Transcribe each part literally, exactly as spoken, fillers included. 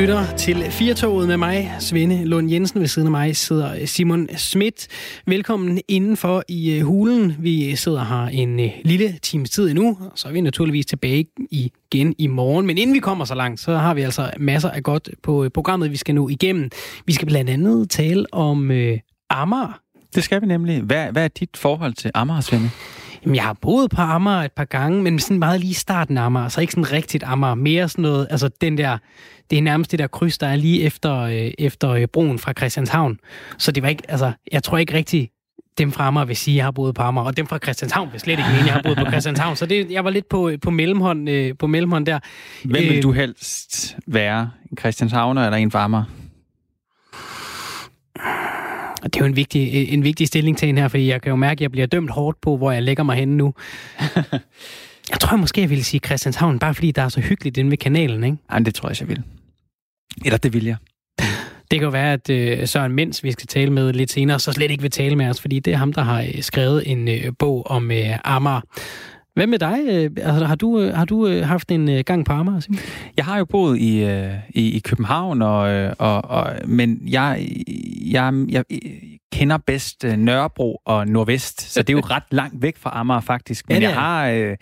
lytter til Firtoget med mig, Svende Lund Jensen. Ved siden af mig sidder Simon Schmidt. Velkommen indenfor i hulen. Vi sidder her en lille times tid endnu, og så er vi naturligvis tilbage igen i morgen. Men inden vi kommer så langt, så har vi altså masser af godt på programmet, vi skal nå igennem. Vi skal blandt andet tale om øh, Amager. Det skal vi nemlig. Hvad, hvad er dit forhold til Amager, Svende? Jamen, jeg har boet på Amager et par gange, men sådan meget lige i starten af Amager, så ikke sådan rigtigt Amager. Mere sådan noget, altså den der, det er nærmest det der kryds, der er lige efter, øh, efter øh, broen fra Christianshavn. Så det var ikke, altså, jeg tror ikke rigtigt, dem fra Amager vil sige, at jeg har boet på Amager, og dem fra Christianshavn vil slet ikke mene, at jeg har boet på Christianshavn. Så det, jeg var lidt på, på mellemhånd, øh, på mellemhånd der. Hvem vil du helst være? En Christianshavner eller en fra Amager? Det er jo en vigtig, en vigtig stillingtagen her, fordi jeg kan jo mærke, at jeg bliver dømt hårdt på, hvor jeg lægger mig henne nu. Jeg tror måske, jeg ville sige Christianshavn, bare fordi der er så hyggeligt inde ved kanalen, ikke? Nej, det tror jeg, jeg vil. Eller det vil jeg. Det kan jo være, at øh, Søren Mens, vi skal tale med lidt senere, så slet ikke vil tale med os, fordi det er ham, der har øh, skrevet en øh, bog om øh, Amager. Hvad med dig? Altså, har du, har du haft en gang på Amager, Simon? Jeg har jo boet i, i, i København, og, og, og, men jeg, jeg, jeg kender bedst Nørrebro og Nordvest, så det er jo ret langt væk fra Amager faktisk. Men ja, jeg har... Øh,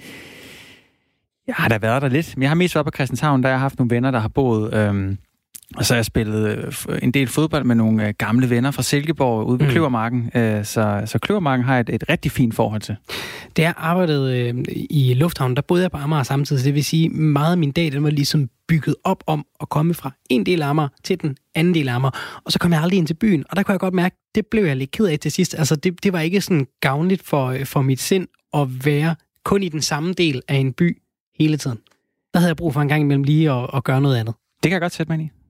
jeg har da været der lidt, men jeg har mest været på Christianshavn, der jeg har haft nogle venner, der har boet... Øh, Og så har jeg spillet en del fodbold med nogle gamle venner fra Silkeborg ude på mm. Kløvermarken. Så, så Kløvermarken har et, et rigtig fint forhold til. Da jeg arbejdede øh, i Lufthavnen, der boede jeg på Amager samtidig. Det vil sige, meget af min dag, den var ligesom bygget op om at komme fra en del af Amager til den anden del af Amager. Og så kom jeg aldrig ind til byen, og der kunne jeg godt mærke, det blev jeg lidt ked af til sidst. Altså, det, det var ikke sådan gavnligt for, for mit sind at være kun i den samme del af en by hele tiden. Der havde jeg brug for en gang imellem lige at, at gøre noget andet. Det kan jeg godt sætte mig ind i.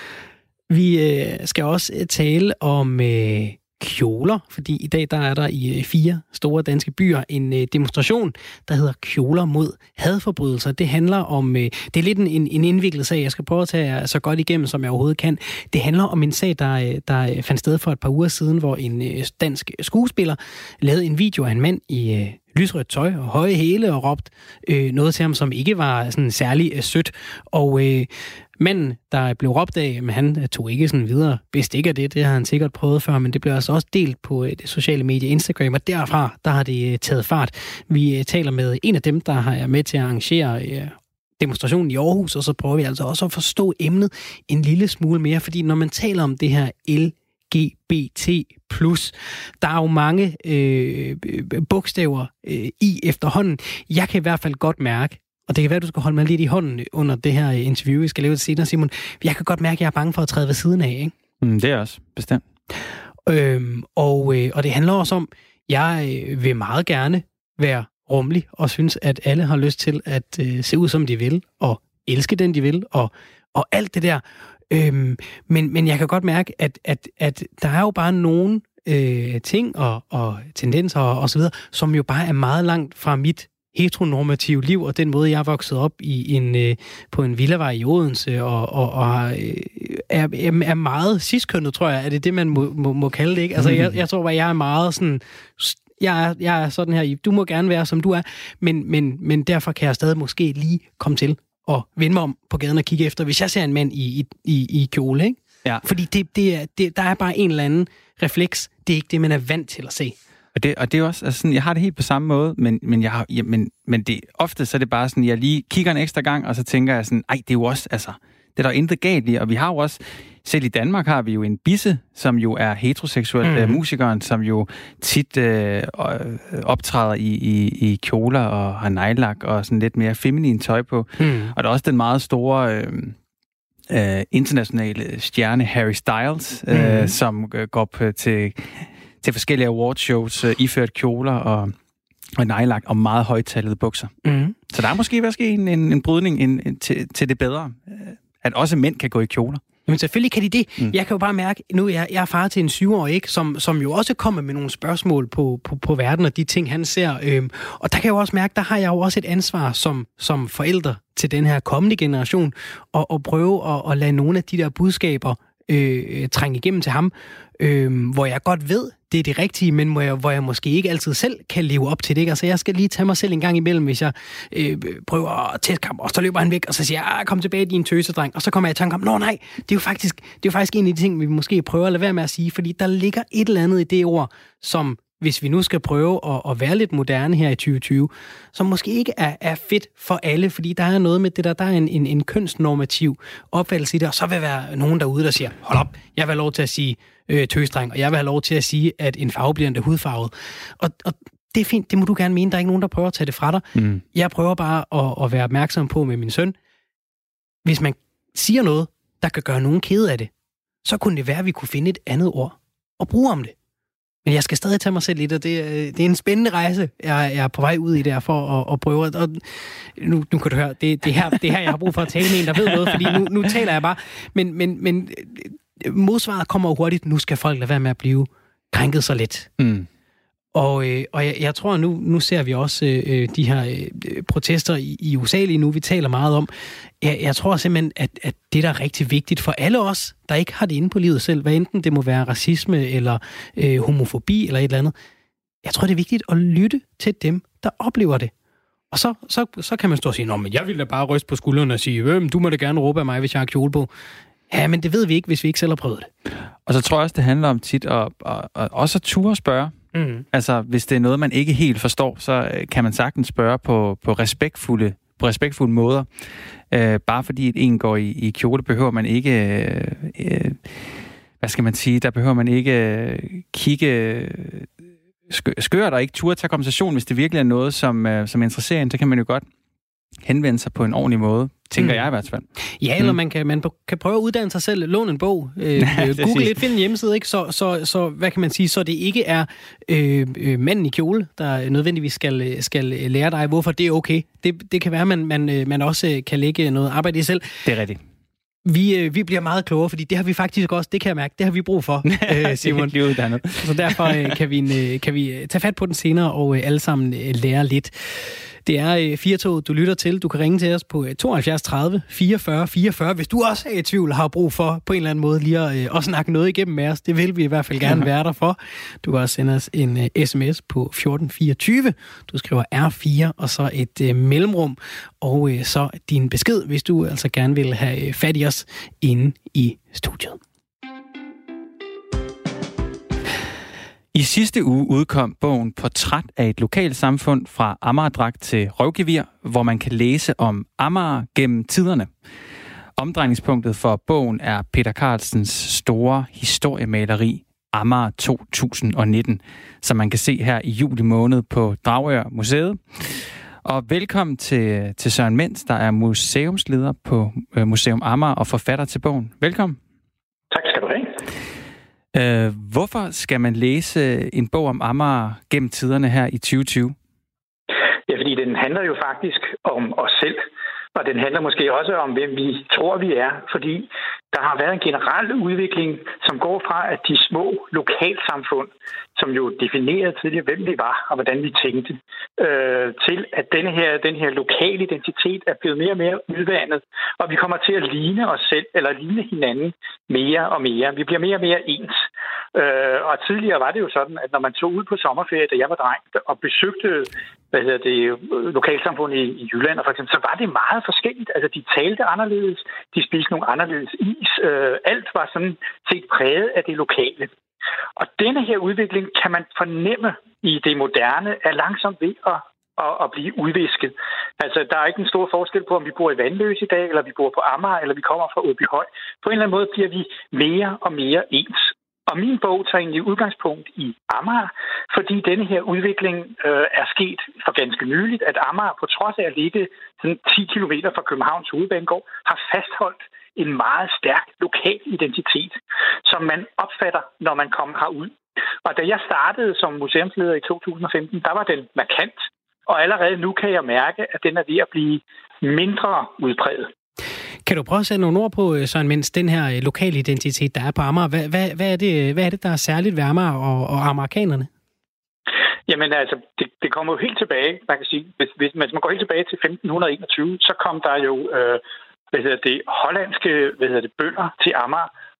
Vi øh, skal også tale om øh, kjoler, fordi i dag der er der i øh, fire store danske byer en øh, demonstration, der hedder Kjoler mod hadforbrydelser. Det handler om, øh, det er lidt en, en indviklet sag, jeg skal prøve at tage jer så godt igennem, som jeg overhovedet kan. Det handler om en sag, der, der fandt sted for et par uger siden, hvor en øh, dansk skuespiller lavede en video af en mand i øh, lysrødt tøj og høje hæle og råbt øh, noget til ham, som ikke var sådan særlig øh, sødt. Og øh, manden, der blev råbt af, men han tog ikke sådan videre bestik af det. Det har han sikkert prøvet før, men det blev altså også delt på det sociale medie Instagram, og derfra, der har det taget fart. Vi taler med en af dem, der har med til at arrangere demonstrationen i Aarhus, og så prøver vi altså også at forstå emnet en lille smule mere, fordi når man taler om det her L G B T plus, der er jo mange øh, bogstaver øh, i efterhånden. Jeg kan i hvert fald godt mærke, og det kan være, at du skal holde mig lidt i hånden under det her interview, vi skal lave det senere, Simon. Jeg kan godt mærke, at jeg er bange for at træde ved siden af, ikke? Mm, det er også, bestemt. Øhm, og, øh, og det handler også om, at jeg øh, vil meget gerne være rummelig, og synes, at alle har lyst til at øh, se ud, som de vil, og elske den, de vil, og, og alt det der. Øhm, men, men jeg kan godt mærke, at, at, at der er jo bare nogle øh, ting og, og tendenser og, og så videre, som jo bare er meget langt fra mit heteronormative liv, og den måde, jeg er vokset op i en, øh, på en villavej i Odense, og, og, og øh, er, er meget ciskønnet, tror jeg. Er det det, man må, må, må kalde det, ikke? Altså, jeg, jeg tror bare, jeg er meget sådan... Jeg er, jeg er sådan her, du må gerne være, som du er, men, men, men derfor kan jeg stadig måske lige komme til at vende mig om på gaden og kigge efter, hvis jeg ser en mand i, i, i kjole, ikke? Ja. Fordi det, det er, det, der er bare en eller anden refleks. Det er ikke det, man er vant til at se. Og det, og det er også altså sådan, jeg har det helt på samme måde, men, men, jeg har, ja, men, men det, ofte så er det bare sådan, jeg lige kigger en ekstra gang, og så tænker jeg sådan, ej, det er jo også, altså, det er der intet galt i, og vi har jo også, selv i Danmark har vi jo en Bisse, som jo er heteroseksuel mm. uh, musikeren, som jo tit uh, optræder i, i, i kjoler og har nejlak og sådan lidt mere feminin tøj på. Mm. Og der er også den meget store... Uh, uh, internationale stjerne Harry Styles, mm. uh, som uh, går på, til... til forskellige awardshows, uh, iført kjoler og, og nejlak og meget højtallede bukser. Mm. Så der er måske været sket en, en, en brydning en, en, til, til det bedre, uh, at også mænd kan gå i kjoler. Jamen selvfølgelig kan de det. Mm. Jeg kan jo bare mærke, nu er jeg, jeg er far til en syvårig, ikke, som, som jo også kommer med nogle spørgsmål på, på, på verden og de ting, han ser. Øhm, og der kan jeg jo også mærke, der har jeg jo også et ansvar som, som forælder til den her kommende generation, og, og prøve at, at lade nogle af de der budskaber øh, trænge igennem til ham, øh, hvor jeg godt ved, det er det rigtige, men hvor jeg, hvor jeg måske ikke altid selv kan leve op til det. Ikke? Altså, jeg skal lige tage mig selv en gang imellem, hvis jeg øh, prøver at teste ham, og så løber han væk, og så siger jeg, kom tilbage, din tøsedreng, og så kommer jeg i tanke om, nå nej, det er jo faktisk, det er jo faktisk en af de ting, vi måske prøver at lade være med at sige, fordi der ligger et eller andet i det ord, som hvis vi nu skal prøve at, at være lidt moderne her i tyve tyve, som måske ikke er, er fedt for alle, fordi der er noget med det der, der er en, en, en kønsnormativ opfattelse i det, og så vil være nogen derude, der siger, hold op, jeg vil have lov til at sige øh, tøsdreng, og jeg vil have lov til at sige, at en farve bliver en hudfarvet. Og, og det er fint, det må du gerne mene, der er ikke nogen, der prøver at tage det fra dig. Mm. Jeg prøver bare at, at være opmærksom på med min søn, hvis man siger noget, der kan gøre nogen kede af det, så kunne det være, at vi kunne finde et andet ord og bruge om det. Men jeg skal stadig tage mig selv lidt, og det, det er en spændende rejse, jeg, jeg er på vej ud i der for at, at prøve. Og nu, nu kan du høre, det, det, her, det her, jeg har brug for at tale med en, der ved noget, fordi nu, nu taler jeg bare. Men, men, men modsvaret kommer hurtigt. Nu skal folk lade være med at blive krænket så let. Mm. Og, øh, og jeg, jeg tror, nu, nu ser vi også øh, de her øh, protester i, i U S A lige nu, vi taler meget om. Jeg, jeg tror simpelthen, at, at det, der er rigtig vigtigt for alle os, der ikke har det inde på livet selv, hvad enten det må være racisme eller øh, homofobi eller et eller andet, jeg tror, det er vigtigt at lytte til dem, der oplever det. Og så, så, så kan man stå og sige, nå, men jeg vil da bare ryste på skuldrene og sige, du må da gerne råbe af mig, hvis jeg har kjole på. Ja, men det ved vi ikke, hvis vi ikke selv har prøvet det. Og så tror jeg også, det handler om tit at, at, at også at ture spørge. Mm. Altså, hvis det er noget, man ikke helt forstår, så kan man sagtens spørge på, på respektfulde, på respektfulde måder. Øh, bare fordi et en går i, i kjole, behøver man ikke, øh, hvad skal man sige, der behøver man ikke øh, kigge skørt og ikke ture tage konversation, hvis det virkelig er noget, som, øh, som interesserer en, så kan man jo godt henvende sig på en ordentlig måde, tænker mm. jeg i hvert fald. Ja, eller mm. man, kan, man kan prøve at uddanne sig selv, låne en bog, øh, google lidt, finde en hjemmeside, ikke? Så, så, så, hvad kan man sige, så det ikke er øh, øh, manden i kjole, der nødvendigvis skal, skal lære dig, hvorfor det er okay. Det, det kan være, at man, man, man også kan lægge noget arbejde i selv. Det er rigtigt. Vi, øh, vi bliver meget klogere, fordi det har vi faktisk også, det kan jeg mærke, det har vi brug for, øh, Simon. Så derfor øh, kan, vi, øh, kan vi tage fat på den senere og øh, alle sammen øh, lære lidt. Det er øh, Firtoget, du lytter til. Du kan ringe til os på øh, tooghalvfjerds tredive fireogfyrre fireogfyrre, hvis du også er i tvivl har brug for på en eller anden måde lige at, øh, at snakke noget igennem med os. Det vil vi i hvert fald gerne være der for. Du kan også sende os en øh, sms på fjorten fireogtyve. Du skriver R fire og så et øh, mellemrum, og øh, så din besked, hvis du altså gerne vil have øh, fat i os inde i studiet. I sidste uge udkom bogen Portræt af et lokalsamfund fra Amagerdragt til Røvgevir, hvor man kan læse om Amager gennem tiderne. Omdrejningspunktet for bogen er Peter Carlsens store historiemaleri Amager to tusind nitten, som man kan se her i juli måned på Dragør Museet. Og velkommen til, til Søren Mentz, der er museumsleder på Museum Amager og forfatter til bogen. Velkommen. Tak skal du have. Uh, hvorfor skal man læse en bog om Amager gennem tiderne her i tyve tyve? Ja, fordi den handler jo faktisk om os selv, og den handler måske også om, hvem vi tror, vi er, fordi der har været en generel udvikling, som går fra, at de små lokalsamfund, som jo definerede tidligere, hvem vi var og hvordan vi tænkte, øh, til at denne her, den her lokale identitet er blevet mere og mere udvandet, og vi kommer til at ligne os selv, eller ligne hinanden mere og mere. Vi bliver mere og mere ens. Øh, og tidligere var det jo sådan, at når man tog ud på sommerferie, da jeg var dreng, og besøgte hvad hedder det, lokalsamfund i, i Jylland, for eksempel, så var det meget forskelligt. Altså, de talte anderledes, de spiste nogle anderledes is. Øh, alt var sådan set præget af det lokale. Og denne her udvikling kan man fornemme i det moderne, er langsomt ved at, at, at blive udvisket. Altså, der er ikke en stor forskel på, om vi bor i Vandløse i dag, eller vi bor på Amager, eller vi kommer fra Åbyhøj. På en eller anden måde bliver vi mere og mere ens. Og min bog tager egentlig udgangspunkt i Amager, fordi denne her udvikling øh, er sket for ganske nyligt, at Amager på trods af at ligge sådan ti kilometer fra Københavns hovedbanegård, har fastholdt en meget stærk lokal identitet, som man opfatter, når man kommer herud. Og da jeg startede som museumsleder i to tusind og femten, der var den markant, og allerede nu kan jeg mærke, at den er ved at blive mindre udpræget. Kan du prøve at sætte nogle ord på, Søren Mentz, den her lokale identitet, der er på Amager? Hvad, hvad, hvad, er, det, hvad er det, der er særligt ved Amager og, og amerikanerne? Jamen altså, det, det kommer jo helt tilbage, man kan sige. Hvis, hvis, hvis man går helt tilbage til femten enogtyve, så kom der jo øh, hvad hedder det, hollandske hvad hedder det, bønder til Amager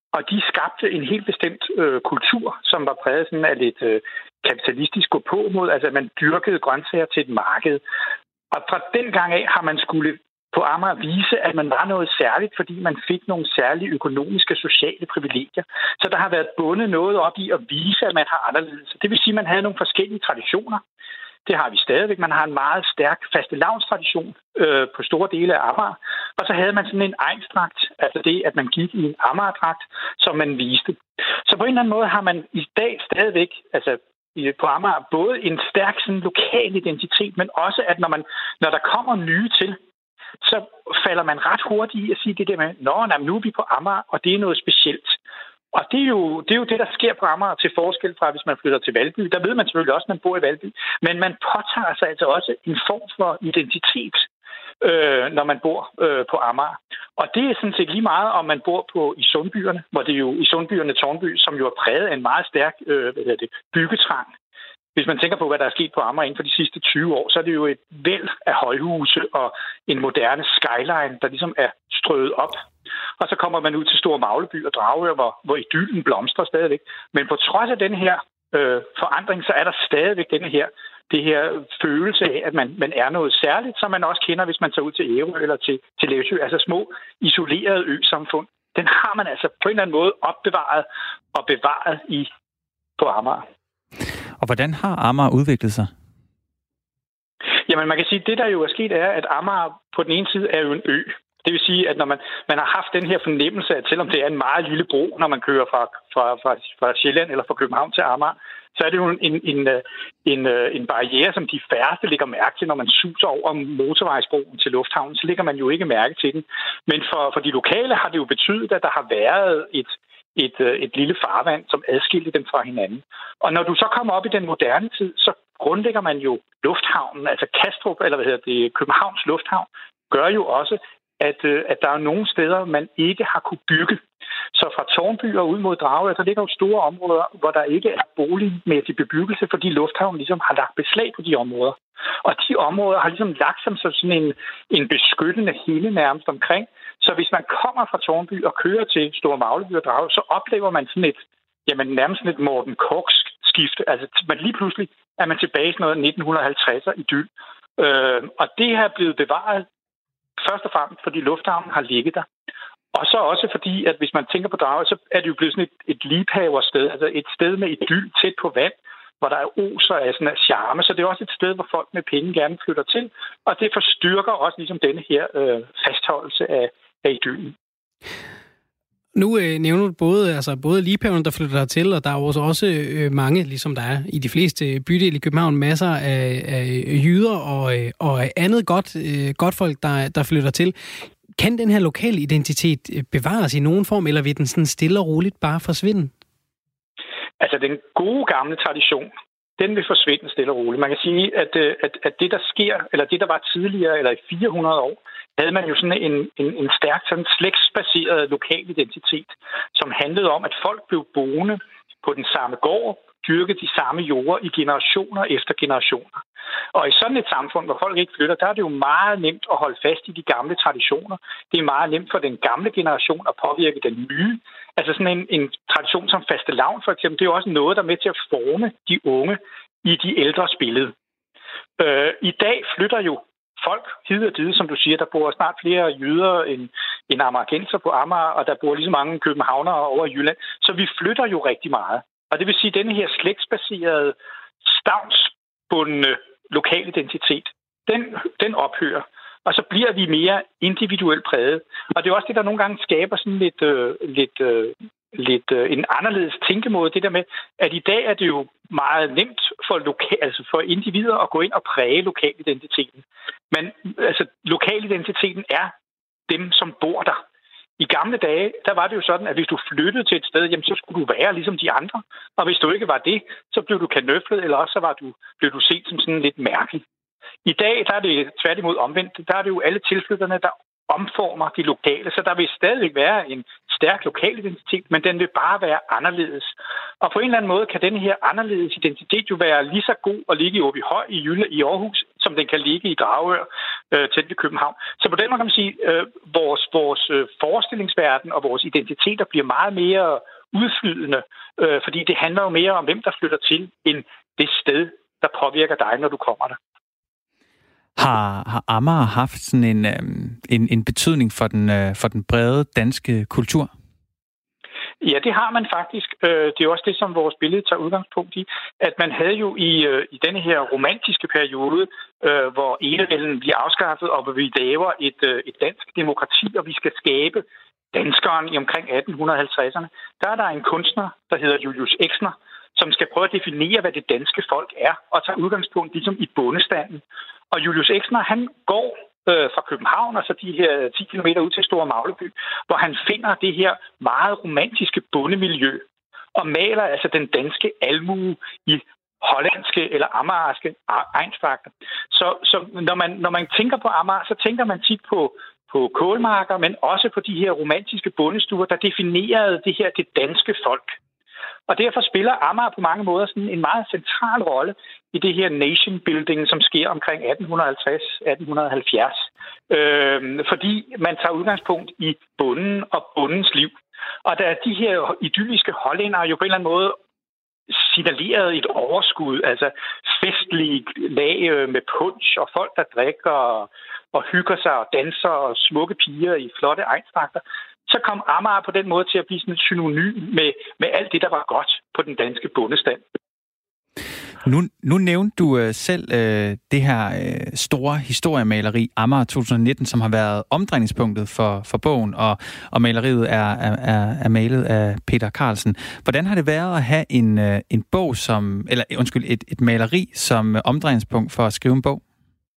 Og de skabte en helt bestemt øh, kultur, som var præget sådan af lidt øh, kapitalistisk gå på mod, altså at man dyrkede grøntsager til et marked. Og fra den gang af har man skulle på Amager vise, at man var noget særligt, fordi man fik nogle særlige økonomiske og sociale privilegier. Så der har været bundet noget op i at vise, at man har anderledes. Det vil sige, at man havde nogle forskellige traditioner. Det har vi stadigvæk. Man har en meget stærk fastelavnstradition øh, på store dele af Amager. Og så havde man sådan en egnsdragt, altså det, at man gik i en Amagerdragt, som man viste. Så på en eller anden måde har man i dag stadigvæk, altså på Amager, både en stærk sådan, lokal identitet, men også, at når, man, når der kommer nye til, så falder man ret hurtigt i at sige det der med, nå, nej, nu er vi på Amager, og det er noget specielt. Og det er, jo, det er jo det, der sker på Amager til forskel fra, hvis man flytter til Valby. Der ved man selvfølgelig også, at man bor i Valby. Men man påtager sig altså også en form for identitet, øh, når man bor øh, på Amager. Og det er sådan set lige meget, om man bor på i Sundbyerne, hvor det er jo i Sundbyerne Tårnby, som jo er præget af en meget stærk øh, hvad hedder det, byggetrang. Hvis man tænker på, hvad der er sket på Amager inden for de sidste tyve år, så er det jo et væld af højhuse og en moderne skyline, der ligesom er strøget op. Og så kommer man ud til Store Magleby og Dragør, hvor, hvor idyllen blomstrer stadigvæk. Men på trods af den her øh, forandring, så er der stadigvæk denne her, det her følelse af, at man, man er noget særligt, som man også kender, hvis man tager ud til Ærø eller til, til Læsø. Altså små, isolerede ø-samfund. Den har man altså på en eller anden måde opbevaret og bevaret i på Amager. Og hvordan har Amager udviklet sig? Jamen, man kan sige, at det, der jo er sket, er, at Amager på den ene side er jo en ø. Det vil sige, at når man, man har haft den her fornemmelse, at selvom det er en meget lille bro, når man kører fra, fra, fra, fra Sjælland eller fra København til Amager, så er det jo en, en, en, en barriere, som de færreste lægger mærke til, når man suser over motorvejsbroen til lufthavnen. Så lægger man jo ikke mærke til den. Men for, for de lokale har det jo betydet, at der har været et Et, et lille farvand, som adskilte dem fra hinanden. Og når du så kommer op i den moderne tid, så grundlægger man jo lufthavnen, altså Kastrup, eller hvad hedder det, Københavns Lufthavn, gør jo også, at, at der er nogle steder, man ikke har kunne bygge. Så fra Tårnby og ud mod Dragør, der ligger jo store områder, hvor der ikke er boligmæssig bebyggelse, fordi lufthavnen ligesom har lagt beslag på de områder. Og de områder har ligesom lagt som sådan en, en beskyttende hinde nærmest omkring. Så hvis man kommer fra Tårnby og kører til Store Magleby og Dragør, så oplever man sådan et, jamen nærmest sådan et Morten Korchsk skifte. Altså man lige pludselig er man tilbage i noget nitten halvtredser idyl. Øh, og det er blevet bevaret først og fremmest, fordi lufthavnen har ligget der. Og så også fordi, at hvis man tænker på Dragør, så er det jo blevet sådan et, et liebhaversted, altså et sted med idyl tæt på vand, hvor der er oser af sådan af charme. Så det er også et sted, hvor folk med penge gerne flytter til, og det forstyrker også ligesom denne her øh, fastholdelse af, af idyllen. Nu øh, nævner du både, altså både liebhaverne, der flytter der til, og der er også, også øh, mange, ligesom der er i de fleste bydele i København, masser af, af jyder og, øh, og andet godt, øh, godt folk, der, der flytter til. Kan den her lokale identitet bevares i nogen form, eller vil den sådan stille og roligt bare forsvinde? Altså den gode gamle tradition, den vil forsvinde stille og roligt. Man kan sige, at, at, at det, der sker, eller det, der var tidligere, eller i fire hundrede år, havde man jo sådan en, en, en stærk sådan slægtsbaseret lokal identitet, som handlede om, at folk blev boende på den samme gård, dyrkede de samme jorder i generationer efter generationer. Og i sådan et samfund, hvor folk ikke flytter, der er det jo meget nemt at holde fast i de gamle traditioner. Det er meget nemt for den gamle generation at påvirke den nye. Altså sådan en, en tradition som fastelavn for eksempel, det er jo også noget, der er med til at forme de unge i de ældres billede. Øh, I dag flytter jo folk hid og dide, som du siger. Der bor snart flere jyder end, end amagergenser på Amager, og der bor lige så mange københavnere over i Jylland. Så vi flytter jo rigtig meget. Og det vil sige, at denne her slægtsbaserede, stavnsbundne lokal identitet, den, den ophører. Og så bliver vi mere individuelt præget. Og det er også det, der nogle gange skaber sådan lidt, øh, lidt, øh, lidt øh, en anderledes tænkemåde. Det der med, at i dag er det jo meget nemt for, lokal, altså for individer at gå ind og præge lokalidentiteten. Men altså, lokalidentiteten er dem, som bor der. I gamle dage, der var det jo sådan, at hvis du flyttede til et sted, jamen, så skulle du være ligesom de andre. Og hvis du ikke var det, så blev du kanøflet, eller også så var du, blev du set som sådan lidt mærkelig. I dag, der er det tværtimod omvendt. Der er det jo alle tilflytterne, der omformer de lokale. Så der vil stadigvæk være en stærk lokal identitet, men den vil bare være anderledes. Og på en eller anden måde kan den her anderledes identitet jo være lige så god at ligge i Åbyhøj i Jylland i Aarhus, som den kan ligge i Dragør øh, tæt ved København. Så på den måde kan man sige, øh, vores, vores øh, forestillingsverden og vores identiteter bliver meget mere udflydende, øh, fordi det handler jo mere om, hvem der flytter til, end det sted, der påvirker dig, når du kommer der. Har, har Amager haft sådan en, en, en betydning for den, for den brede danske kultur? Ja, det har man faktisk. Det er også det, som vores billede tager udgangspunkt i. At man havde jo i, i denne her romantiske periode, hvor enevælden bliver afskaffet, og hvor vi laver et, et dansk demokrati, og vi skal skabe danskeren i omkring atten halvtredserne, der er der en kunstner, der hedder Julius Exner, som skal prøve at definere, hvad det danske folk er, og tager udgangspunkt ligesom i bondestanden. Og Julius Exner, han går øh, fra København og så de her ti kilometer ud til Store Magleby, hvor han finder det her meget romantiske bondemiljø, og maler altså den danske almue i hollandske eller amagerske egnstragter. Så, så når, man, når man tænker på Amager, så tænker man tit på, på kålmarker, men også på de her romantiske bondestuer, der definerede det her det danske folk. Og derfor spiller Amager på mange måder sådan en meget central rolle i det her nation building, som sker omkring atten halvtreds til atten halvfjerds. Øh, fordi man tager udgangspunkt i bonden og bondens liv. Og der er de her idylliske hollændere jo på en eller anden måde signaleret et overskud, altså festlige lag med punch og folk, der drikker og, og hygger sig og danser og smukke piger i flotte egnstragter. Så kom Amager på den måde til at blive sådan et synonym med, med alt det, der var godt på den danske bondestand. Nu, nu nævnte du uh, selv uh, det her uh, store historiemaleri, Amager to tusind nitten, som har været omdrejningspunktet for, for bogen, og, og maleriet er, er, er malet af Peter Carlsen. Hvordan har det været at have en, uh, en bog som, eller undskyld, et, et maleri som uh, omdrejningspunkt for at skrive en bog?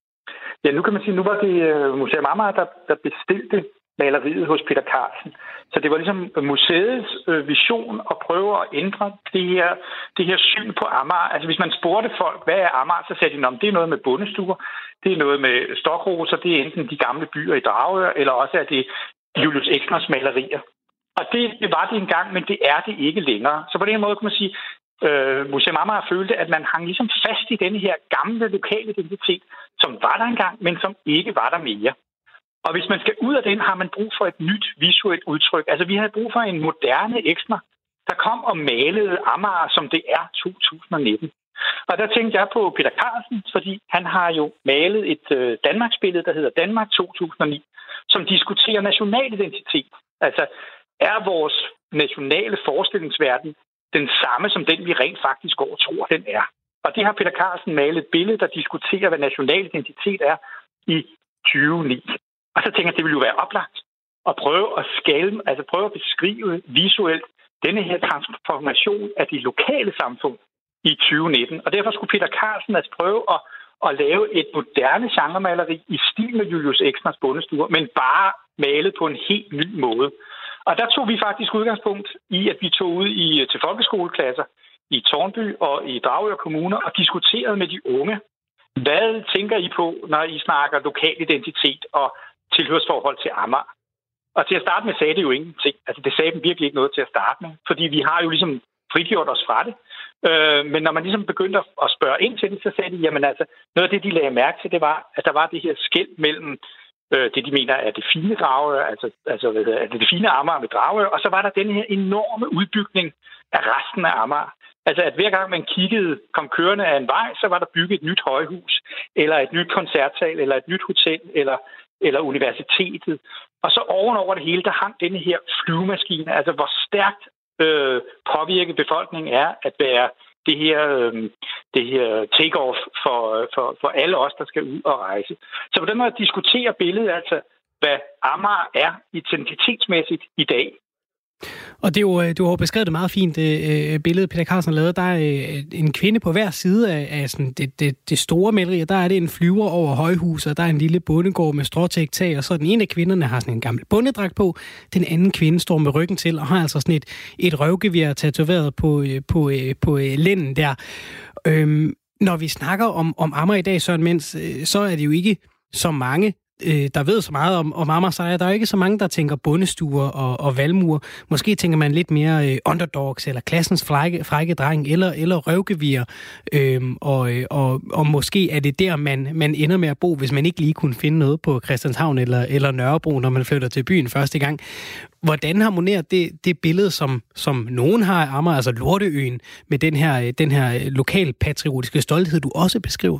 Ja, nu kan man sige, nu var det uh, Museum Amager, der, der bestilte maleriet hos Peter Carlsen. Så det var ligesom museets øh, vision at prøve at ændre det her, det her syn på Amager. Altså hvis man spurgte folk, hvad er Amager, så sagde de, at det er noget med bondestuer, det er noget med stokroser, det er enten de gamle byer i Dragør, eller også er det Julius Exners malerier. Og det, det var det engang, men det er det ikke længere. Så på den måde kan man sige, øh, Museum Amager følte, at man hang ligesom fast i denne her gamle lokale identitet, som var der engang, men som ikke var der mere. Og hvis man skal ud af den, har man brug for et nyt visuelt udtryk. Altså, vi havde brug for en moderne Exner, der kom og malede Amager, som det er to tusind nitten. Og der tænkte jeg på Peter Carlsen, fordi han har jo malet et øh, Danmarksbillede, der hedder Danmark to tusind ni, som diskuterer national identitet. Altså, er vores nationale forestillingsverden den samme som den, vi rent faktisk går og tror, den er? Og det har Peter Carlsen malet et billede, der diskuterer, hvad national identitet er i tyve ni. Og så tænker jeg, at det ville jo være oplagt at prøve at skælme, altså prøve at beskrive visuelt denne her transformation af de lokale samfund i tyve nitten. Og derfor skulle Peter Carlsen altså prøve at, at lave et moderne genremaleri i stil med Julius Exners bondestuer, men bare malet på en helt ny måde. Og der tog vi faktisk udgangspunkt i, at vi tog ud i, til folkeskoleklasser i Tårnby og i Dragør kommuner og diskuterede med de unge, hvad tænker I på, når I snakker lokal identitet og tilhørsforhold til Amager? Og til at starte med sagde det jo ingenting. Altså det sagde dem virkelig ikke noget til at starte med, fordi vi har jo ligesom frigjort os fra det. Øh, men når man ligesom begyndte at spørge ind til det, så sagde de, jamen altså, noget af det, de lagde mærke til, det var, at der var det her skel mellem øh, det, de mener er det fine Dragør, altså, altså hvad hedder, altså det fine Amager med Dragør, og så var der den her enorme udbygning af resten af Amager. Altså, at hver gang man kiggede, kom kørende af en vej, så var der bygget et nyt højhus, eller et nyt koncertsal, eller et nyt hotel, eller, eller universitetet. Og så ovenover det hele, der hang denne her flyvemaskine, altså hvor stærkt øh, påvirket befolkningen er at være det her, øh, det her take-off for, for, for alle os, der skal ud og rejse. Så på den måde diskuterer billedet altså, hvad Amager er identitetsmæssigt i dag. Og det er jo, du har beskrevet det meget fint, øh, billede, Peter Carlsen har lavet. Der er øh, en kvinde på hver side af, af sådan det, det, det store maleri, og der er det en flyver over højhuset, og der er en lille bondegård med stråtægtag, og så den ene af kvinderne har sådan en gammel bondedragt på, den anden kvinde står med ryggen til, og har altså sådan et, et røvgevær tatoveret på, på, på, på lænden der. Øhm, når vi snakker om, om Amager i dag, Søren Mens, så er det jo ikke så mange øh, der ved så meget om, om Amager, så er der jo ikke så mange, der tænker bundestuer og, og valmuer. Måske tænker man lidt mere øh, underdogs, eller klassens frække, frække dreng, eller, eller røvgevir. Øhm, og, øh, og, og måske er det der, man, man ender med at bo, hvis man ikke lige kunne finde noget på Christianshavn eller, eller Nørrebro, når man flytter til byen første gang. Hvordan harmonerer det, det billede, som, som nogen har af Amager, altså Lorteøen, med den her, den her lokalpatriotiske stolthed, du også beskriver?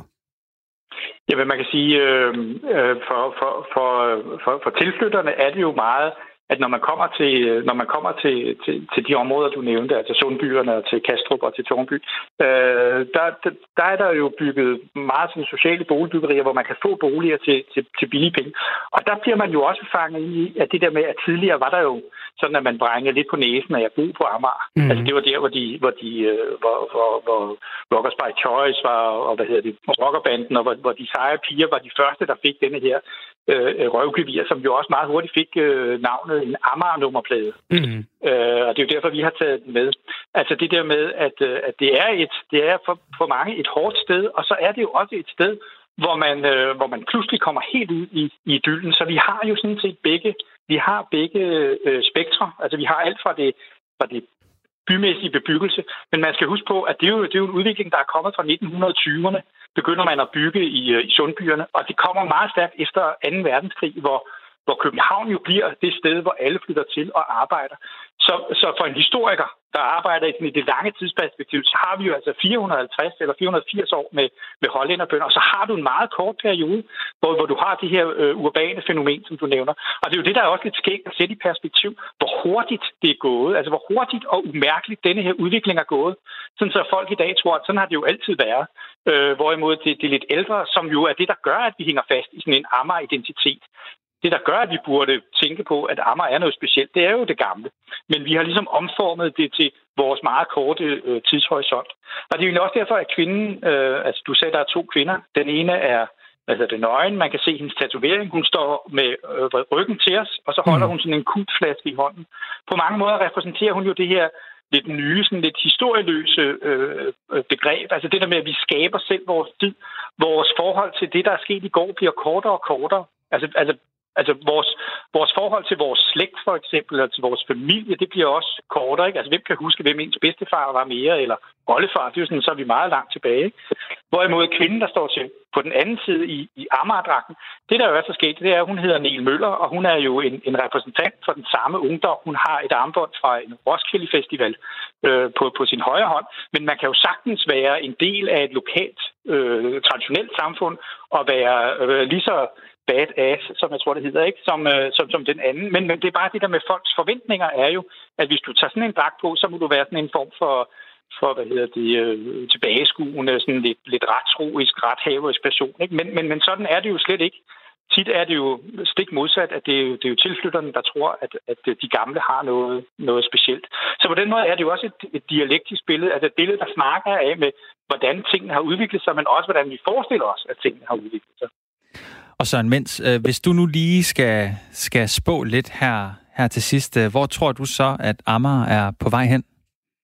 Ja, man kan sige, øh, for, for, for, for, for tilflytterne er det jo meget, at når man kommer til, når man kommer til, til, til de områder, du nævnte, altså Sundbyerne og til Kastrup og til Tårnby, øh, der, der er der jo bygget meget sådan sociale boligbyggerier, hvor man kan få boliger til, til, til billige penge. Og der bliver man jo også fanget i, at det der med, at tidligere var der jo sådan, at man brængede lidt på næsen af at bo på Amager. Mm. Altså det var der, hvor de, hvor de, hvor, hvor, hvor Rockers by Choice var, og hvad hedder det, Rockerbanden, og hvor, hvor de seje piger var de første, der fik denne her øh, røvgevir, som jo også meget hurtigt fik øh, navnet en Amager-nummerplade. Mm. Øh, og det er jo derfor, vi har taget den med. Altså det der med, at, at det er, et, det er for, for mange et hårdt sted, og så er det jo også et sted, hvor man, øh, hvor man pludselig kommer helt ud i, i idyllen. Så vi har jo sådan set begge, vi har begge øh, spektre. Altså vi har alt fra det, fra det bymæssige bebyggelse, men man skal huske på, at det er jo, det er jo en udvikling, der er kommet fra nitten tyverne, begynder man at bygge i, i Sundbyerne, og det kommer meget stærkt efter anden verdenskrig, hvor, hvor København jo bliver det sted, hvor alle flytter til og arbejder. Så, så for en historiker, der arbejder i det lange tidsperspektiv, så har vi jo altså fire hundrede og halvtreds eller fire hundrede og firs år med, med hollænderbønder, og så har du en meget kort periode, hvor, hvor du har det her øh, urbane fænomen, som du nævner. Og det er jo det, der er også lidt skægt at sætte i perspektiv, hvor hurtigt det er gået, altså hvor hurtigt og umærkeligt denne her udvikling er gået, sådan så folk i dag tror, at sådan har det jo altid været. Øh, hvorimod det, det er lidt ældre, som jo er det, der gør, at vi hænger fast i sådan en Amager-identitet. Det, der gør, at vi burde tænke på, at Amager er noget specielt, det er jo det gamle. Men vi har ligesom omformet det til vores meget korte øh, tidshorisont. Og det er jo også derfor, at kvinden, øh, altså du sagde, at der er to kvinder. Den ene er, altså det nøgen, man kan se hendes tatovering. Hun står med øh, ryggen til os, og så holder hun sådan en kultflaske i hånden. På mange måder repræsenterer hun jo det her lidt nye, sådan lidt historieløse øh, begreb. Altså det der med, at vi skaber selv vores tid. Vores forhold til det, der er sket i går, bliver kortere og kortere. Altså, altså Altså vores, vores forhold til vores slægt for eksempel, eller til vores familie, det bliver også kortere, ikke? Altså hvem kan huske, hvem ens bedstefar var mere, eller oldefar, det er jo sådan, så er vi meget langt tilbage, ikke? Hvorimod kvinden, der står til på den anden side i, i Amagerdragten, det der jo er så sket, det er, at hun hedder Niel Møller, og hun er jo en, en repræsentant for den samme ungdom. Hun har et armbånd fra en Roskilde Festival øh, på, på sin højre hånd, men man kan jo sagtens være en del af et lokalt, øh, traditionelt samfund, og være øh, lige så badass, som jeg tror, det hedder, ikke? Som, øh, som, som den anden. Men, men det er bare det der med folks forventninger er jo, at hvis du tager sådan en dragt på, så må du være sådan en form for, for hvad hedder det, øh, tilbageskuende, sådan lidt, lidt retsroisk, rethaverisk person, ikke? Men, men, men sådan er det jo slet ikke. Tit er det jo stik modsat, at det er jo, det er jo tilflytterne, der tror, at, at de gamle har noget, noget specielt. Så på den måde er det jo også et, et dialektisk billede, altså et billede, der snakker af med, hvordan tingene har udviklet sig, men også hvordan vi forestiller os, at tingene har udviklet sig. Og Søren Mens, øh, hvis du nu lige skal, skal spå lidt her, her til sidst, øh, hvor tror du så, at Amager er på vej hen?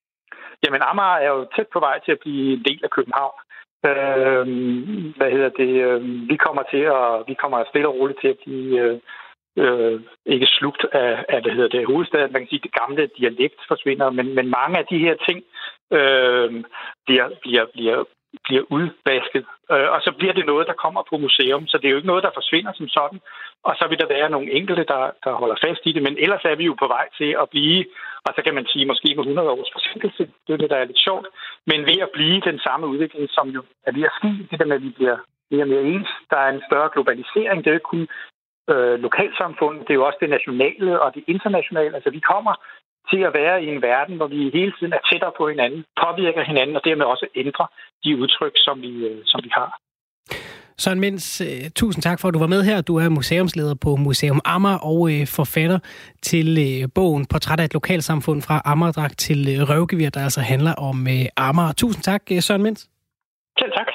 Jamen, Amager er jo tæt på vej til at blive en del af København. Øh, hvad hedder det? Vi kommer til at, vi kommer stille og roligt til at blive øh, øh, ikke slugt af, af, hvad hedder det, hovedstaden. Man kan sige, at det gamle dialekt forsvinder, men, men mange af de her ting øh, bliver, bliver, bliver bliver udvasket, øh, og så bliver det noget, der kommer på museum, så det er jo ikke noget, der forsvinder som sådan, og så vil der være nogle enkelte, der, der holder fast i det, men ellers er vi jo på vej til at blive, og så kan man sige, måske med hundrede års forsinkelse, det er det, der er lidt sjovt, men ved at blive den samme udvikling, som jo er ved at ske, det der med, at vi bliver mere og mere ens, der er en større globalisering, det er jo ikke kun øh, lokalsamfundet, det er jo også det nationale og det internationale, altså vi kommer til at være i en verden, hvor vi hele tiden er tættere på hinanden, påvirker hinanden, og dermed også ændrer de udtryk, som vi, som vi har. Søren Mens, tusind tak for, at du var med her. Du er museumsleder på Museum Amager og forfatter til bogen Portræt af et lokalsamfund fra Amagerdragt til røvgevir, der altså handler om Amager. Tusind tak, Søren Mens. Selv tak.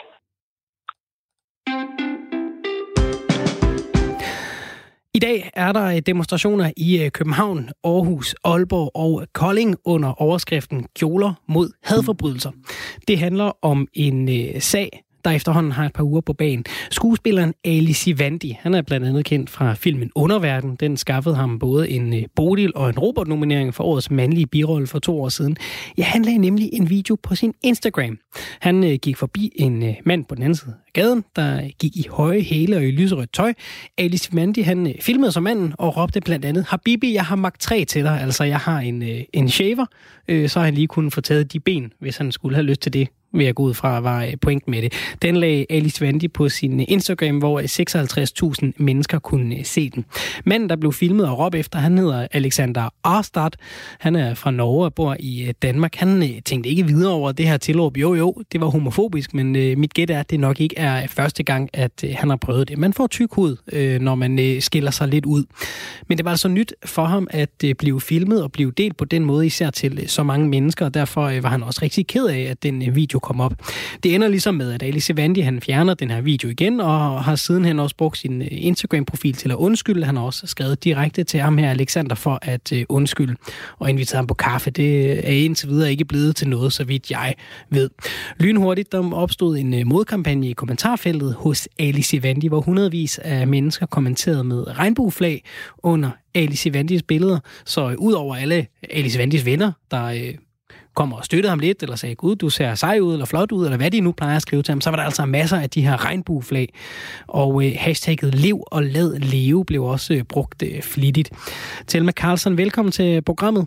I dag er der demonstrationer i København, Aarhus, Aalborg og Kolding under overskriften Kjoler mod hadforbrydelser. Det handler om en sag, der efterhånden har et par uger på bagen. Skuespilleren Ali Sivandi, han er blandt andet kendt fra filmen Underverden. Den skaffede ham både en Bodil og en Robert-nominering for årets mandlige birolle for to år siden. Ja, han lagde nemlig en video på sin Instagram. Han øh, gik forbi en øh, mand på den anden side af gaden, der gik i høje hæle og i lyserødt tøj. Ali Sivandi, han øh, filmede som manden og råbte blandt andet: "Habibi, jeg har Mach tre til dig." Altså, jeg har en, øh, en shaver, øh, så han lige kunne få taget de ben, hvis han skulle have lyst til det, vil jeg gå ud fra, var point med det. Den lagde Ali Sivandi på sin Instagram, hvor seksoghalvtreds tusind mennesker kunne se den. Manden, der blev filmet og råbt efter, han hedder Alexander Arstad. Han er fra Norge og bor i Danmark. Han tænkte ikke videre over det her tilråb. Jo, jo, det var homofobisk, men øh, mit gæt er, at det nok ikke er første gang, at øh, han har prøvet det. Man får tyk hud, øh, når man øh, skiller sig lidt ud. Men det var altså nyt for ham at øh, blive filmet og blive delt på den måde, især til øh, så mange mennesker, og derfor øh, var han også rigtig ked af, at den øh, video kom op. Det ender ligesom med, at Ali Sivandi, han fjerner den her video igen, og har sidenhen også brugt sin Instagram-profil til at undskylde. Han har også skrevet direkte til ham her, Alexander, for at undskylde, og inviteret ham på kaffe. Det er indtil videre ikke blevet til noget, så vidt jeg ved. Lynhurtigt, der opstod en modkampagne i kommentarfeltet hos Ali Sivandi, hvor hundredvis af mennesker kommenterede med regnbueflag under Ali Sivandis billeder. Så udover alle Ali Sivandis venner, der kommer og støttede ham lidt, eller sagde, "Gud, du ser sej ud, eller flot ud", eller hvad de nu plejer at skrive til ham, så var der altså masser af de her regnbueflag. Og øh, hashtagget lev og lad leve blev også øh, brugt øh, flittigt. Thelma Karlsson, velkommen til programmet.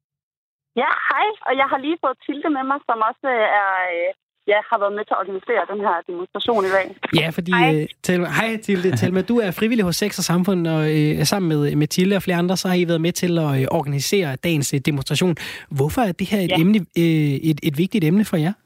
Ja, hej, og jeg har lige fået Tilde med mig, som også er... Øh Ja, har været med til at organisere den her demonstration i dag. Ja, fordi... Hej, uh, Thelma, hej Tilde. Thelma, du er frivillig hos Sex og Samfund, og uh, sammen med, med Tilde og flere andre, så har I været med til at uh, organisere dagens uh, demonstration. Hvorfor er det her et, ja. emne, uh, et, et vigtigt emne for jer?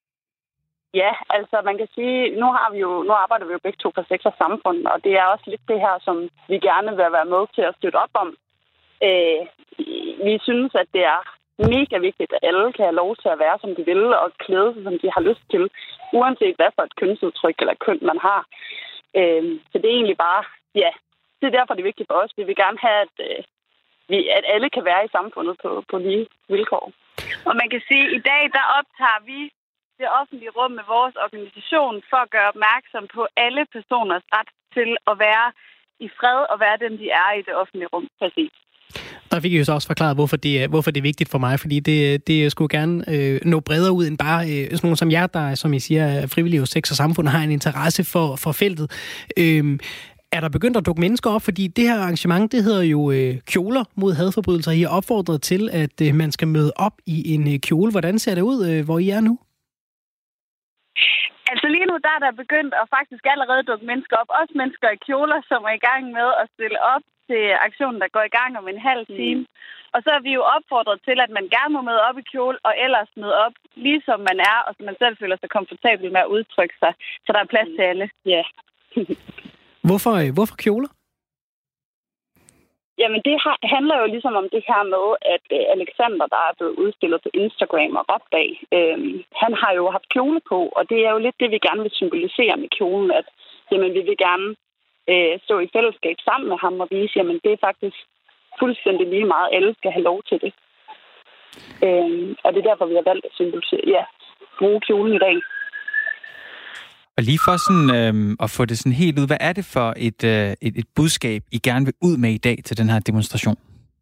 Ja, altså man kan sige, nu har vi jo, nu arbejder vi jo begge to for Sex og Samfund, og det er også lidt det her, som vi gerne vil være med til at støtte op om. Uh, vi synes, at det er mega vigtigt, at alle kan have lov til at være, som de vil, og klæde sig, som de har lyst til, uanset hvad for et kønsudtryk eller køn man har. Øh, så det er egentlig bare, ja, det er derfor, det er vigtigt for os. Vi vil gerne have, at, øh, vi, at alle kan være i samfundet på, på lige vilkår. Og man kan sige, at i dag, der optager vi det offentlige rum med vores organisation for at gøre opmærksom på alle personers ret til at være i fred og være dem, de er i det offentlige rum. Præcis. Der fik I jo så også forklaret, hvorfor det er, hvorfor det er vigtigt for mig, fordi det, det skulle gerne øh, nå bredere ud end bare øh, sådan nogle som jer, der, som I siger, er frivillige hos Sex og Samfund, har en interesse for, for feltet. Øh, er der begyndt at dukke mennesker op? Fordi det her arrangement, det hedder jo øh, kjoler mod hadforbrydelser. I er opfordret til, at øh, man skal møde op i en øh, kjole. Hvordan ser det ud, øh, hvor I er nu? Altså lige nu, der er der begyndt at faktisk allerede dukke mennesker op. Også mennesker i kjoler, som er i gang med at stille op til aktionen, der går i gang om en halv time. Mm. Og så er vi jo opfordret til, at man gerne må møde op i kjole, og ellers møde op, ligesom man er, og så man selv føler sig komfortabel med at udtrykke sig. Så der er plads til alle. Ja. Hvorfor, hvorfor kjoler? Jamen, det handler jo ligesom om det her med, at Alexander, der er blevet udstillet på Instagram og råbt af, øh, han har jo haft kjole på, og det er jo lidt det, vi gerne vil symbolisere med kjolen, at jamen, vi vil gerne øh, stå i fællesskab sammen med ham og vise, jamen, det er faktisk fuldstændig lige meget, alle skal have lov til det. Øh, og det er derfor, vi har valgt at symbolisere, ja, bruge kjolen i dag. Og lige for sådan, øh, at få det sådan helt ud, hvad er det for et, øh, et, et budskab, I gerne vil ud med i dag til den her demonstration?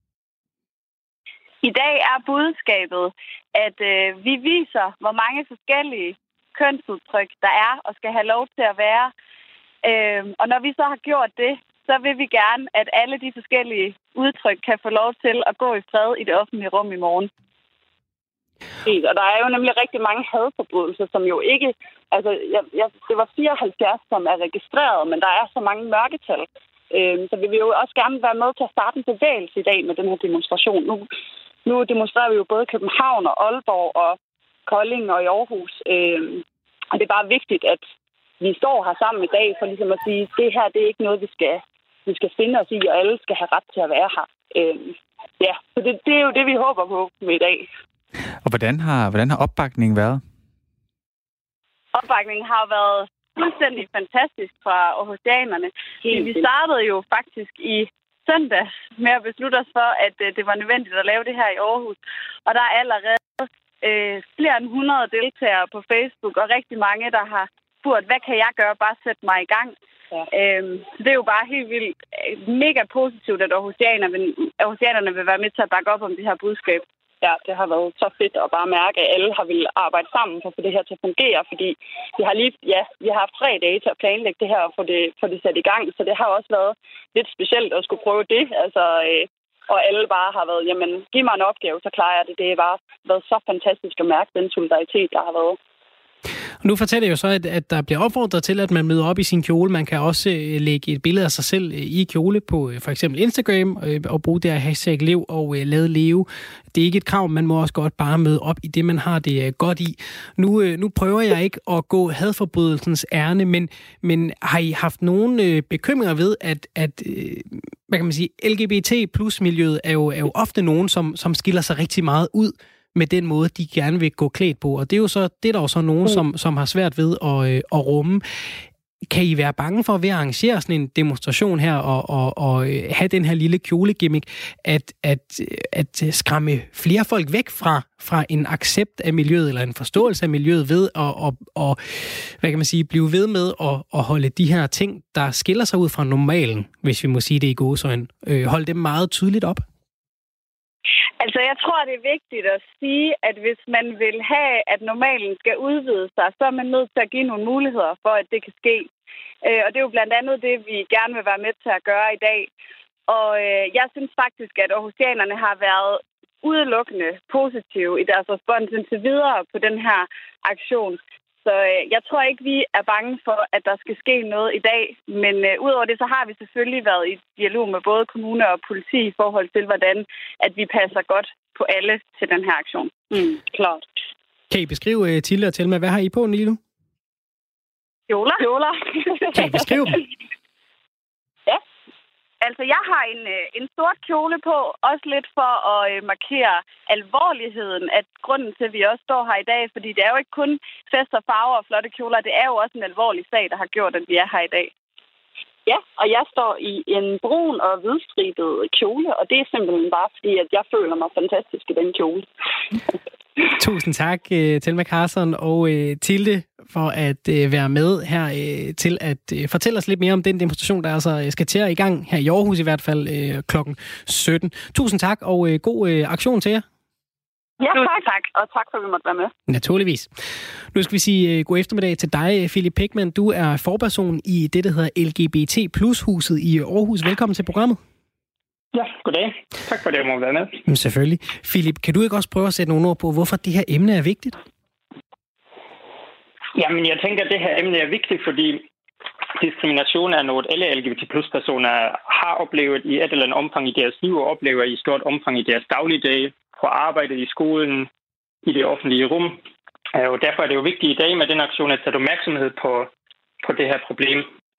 I dag er budskabet, at øh, vi viser, hvor mange forskellige kønsudtryk der er og skal have lov til at være. Øh, og når vi så har gjort det, så vil vi gerne, at alle de forskellige udtryk kan få lov til at gå i fred i det offentlige rum i morgen. Og der er jo nemlig rigtig mange hadforbrydelser, som jo ikke... Altså, jeg, jeg, det var fireoghalvfjerds, som er registreret, men der er så mange mørketal. Øhm, så vi vil jo også gerne være med til at starte en bevægelse i dag med den her demonstration. Nu, nu demonstrerer vi jo både København og Aalborg og Kolding og i Aarhus. Øhm, og det er bare vigtigt, at vi står her sammen i dag for ligesom at sige, at det her det er ikke noget, vi skal, vi skal finde os i, og alle skal have ret til at være her. Øhm, ja, så det, det er jo det, vi håber på med i dag. Og hvordan har, hvordan har opbakningen været? Opbakningen har været fuldstændig fantastisk fra aarhusianerne. Vi startede jo faktisk i søndags med at beslutte os for, at øh, det var nødvendigt at lave det her i Aarhus. Og der er allerede øh, flere end hundrede deltagere på Facebook, og rigtig mange, der har spurgt, hvad kan jeg gøre? Bare sætte mig i gang. Ja. Øhm, så det er jo bare helt vildt mega positivt, at aarhusianerne vil være med til at bakke op om det her budskab. Ja, det har været så fedt at bare mærke, at alle har ville arbejde sammen for at få det her til at fungere, fordi vi har lige, ja, vi har haft tre dage til at planlægge det her og få det, få det sat i gang, så det har også været lidt specielt at skulle prøve det, altså, øh, og alle bare har været, jamen, giv mig en opgave, så klarer jeg det. Det har bare været så fantastisk at mærke den solidaritet, der har været. Nu fortæller jeg jo så, at, at der bliver opfordret til, at man møder op i sin kjole. Man kan også øh, lægge et billede af sig selv øh, i kjole på øh, for eksempel Instagram øh, og bruge det her hashtag lev og øh, lad leve. Det er ikke et krav, man må også godt bare møde op i det, man har det øh, godt i. Nu, øh, nu prøver jeg ikke at gå hadforbrydelsens ærne, men, men har I haft nogen øh, bekymringer ved, at, at øh, hvad kan man sige, L G B T plus miljøet er jo, er jo ofte nogen, som, som skiller sig rigtig meget ud med den måde, de gerne vil gå klædt på. Og det er jo så, det er der jo så nogen, mm. som, som har svært ved at, øh, at rumme. Kan I være bange for ved at arrangere sådan en demonstration her og, og, og have den her lille kjolegimmick, at, at, at skræmme flere folk væk fra, fra en accept af miljøet, eller en forståelse af miljøet ved at og, og, hvad kan man sige, blive ved med at, at holde de her ting, der skiller sig ud fra normalen, hvis vi må sige det i gåseøjne, øh, holde dem meget tydeligt op? Altså, jeg tror, det er vigtigt at sige, at hvis man vil have, at normalen skal udvide sig, så er man nødt til at give nogle muligheder for, at det kan ske. Og det er jo blandt andet det, vi gerne vil være med til at gøre i dag. Og jeg synes faktisk, at aarhusianerne har været udelukkende positive i deres respons indtil videre på den her aktion. Så jeg tror ikke, vi er bange for, at der skal ske noget i dag. Men øh, udover det, så har vi selvfølgelig været i dialog med både kommune og politi i forhold til, hvordan at vi passer godt på alle til den her aktion. Mm, klart. Kan I beskrive, uh, Tilde og Thelma, hvad har I på lige nu? Kjoler. Kjoler. Kan I beskrive dem? Ja. Altså, jeg har en, en sort kjole på, også lidt for at øh, markere alvorligheden, at grunden til, at vi også står her i dag, fordi det er jo ikke kun fest og farver og flotte kjoler, det er jo også en alvorlig sag, der har gjort, at vi er her i dag. Ja, og jeg står i en brun og hvidstribet kjole, og det er simpelthen bare fordi, at jeg føler mig fantastisk i den kjole. Tusind tak, Thelma Carlsson og uh, Tilde, for at uh, være med her uh, til at uh, fortælle os lidt mere om den demonstration, der altså skal til at i gang her i Aarhus i hvert fald uh, klokken sytten. Tusind tak, og uh, god uh, aktion til jer. Ja, tak, tak, og tak for, at vi måtte være med. Naturligvis. Nu skal vi sige uh, god eftermiddag til dig, Philip Peckmann. Du er forperson i det, der hedder L G B T plus huset i Aarhus. Velkommen til programmet. Ja, goddag. Tak for det, jeg må være med. Jamen, selvfølgelig. Philip, kan du ikke også prøve at sætte nogle ord på, hvorfor det her emne er vigtigt? Jamen, jeg tænker, at det her emne er vigtigt, fordi diskrimination er noget, alle L G B T plus personer har oplevet i et eller andet omfang i deres liv, og oplever i stort omfang i deres dagligdag, på arbejdet, i skolen, i det offentlige rum. Og derfor er det jo vigtigt i dag med den aktion at sætte opmærksomhed på, på det her problem.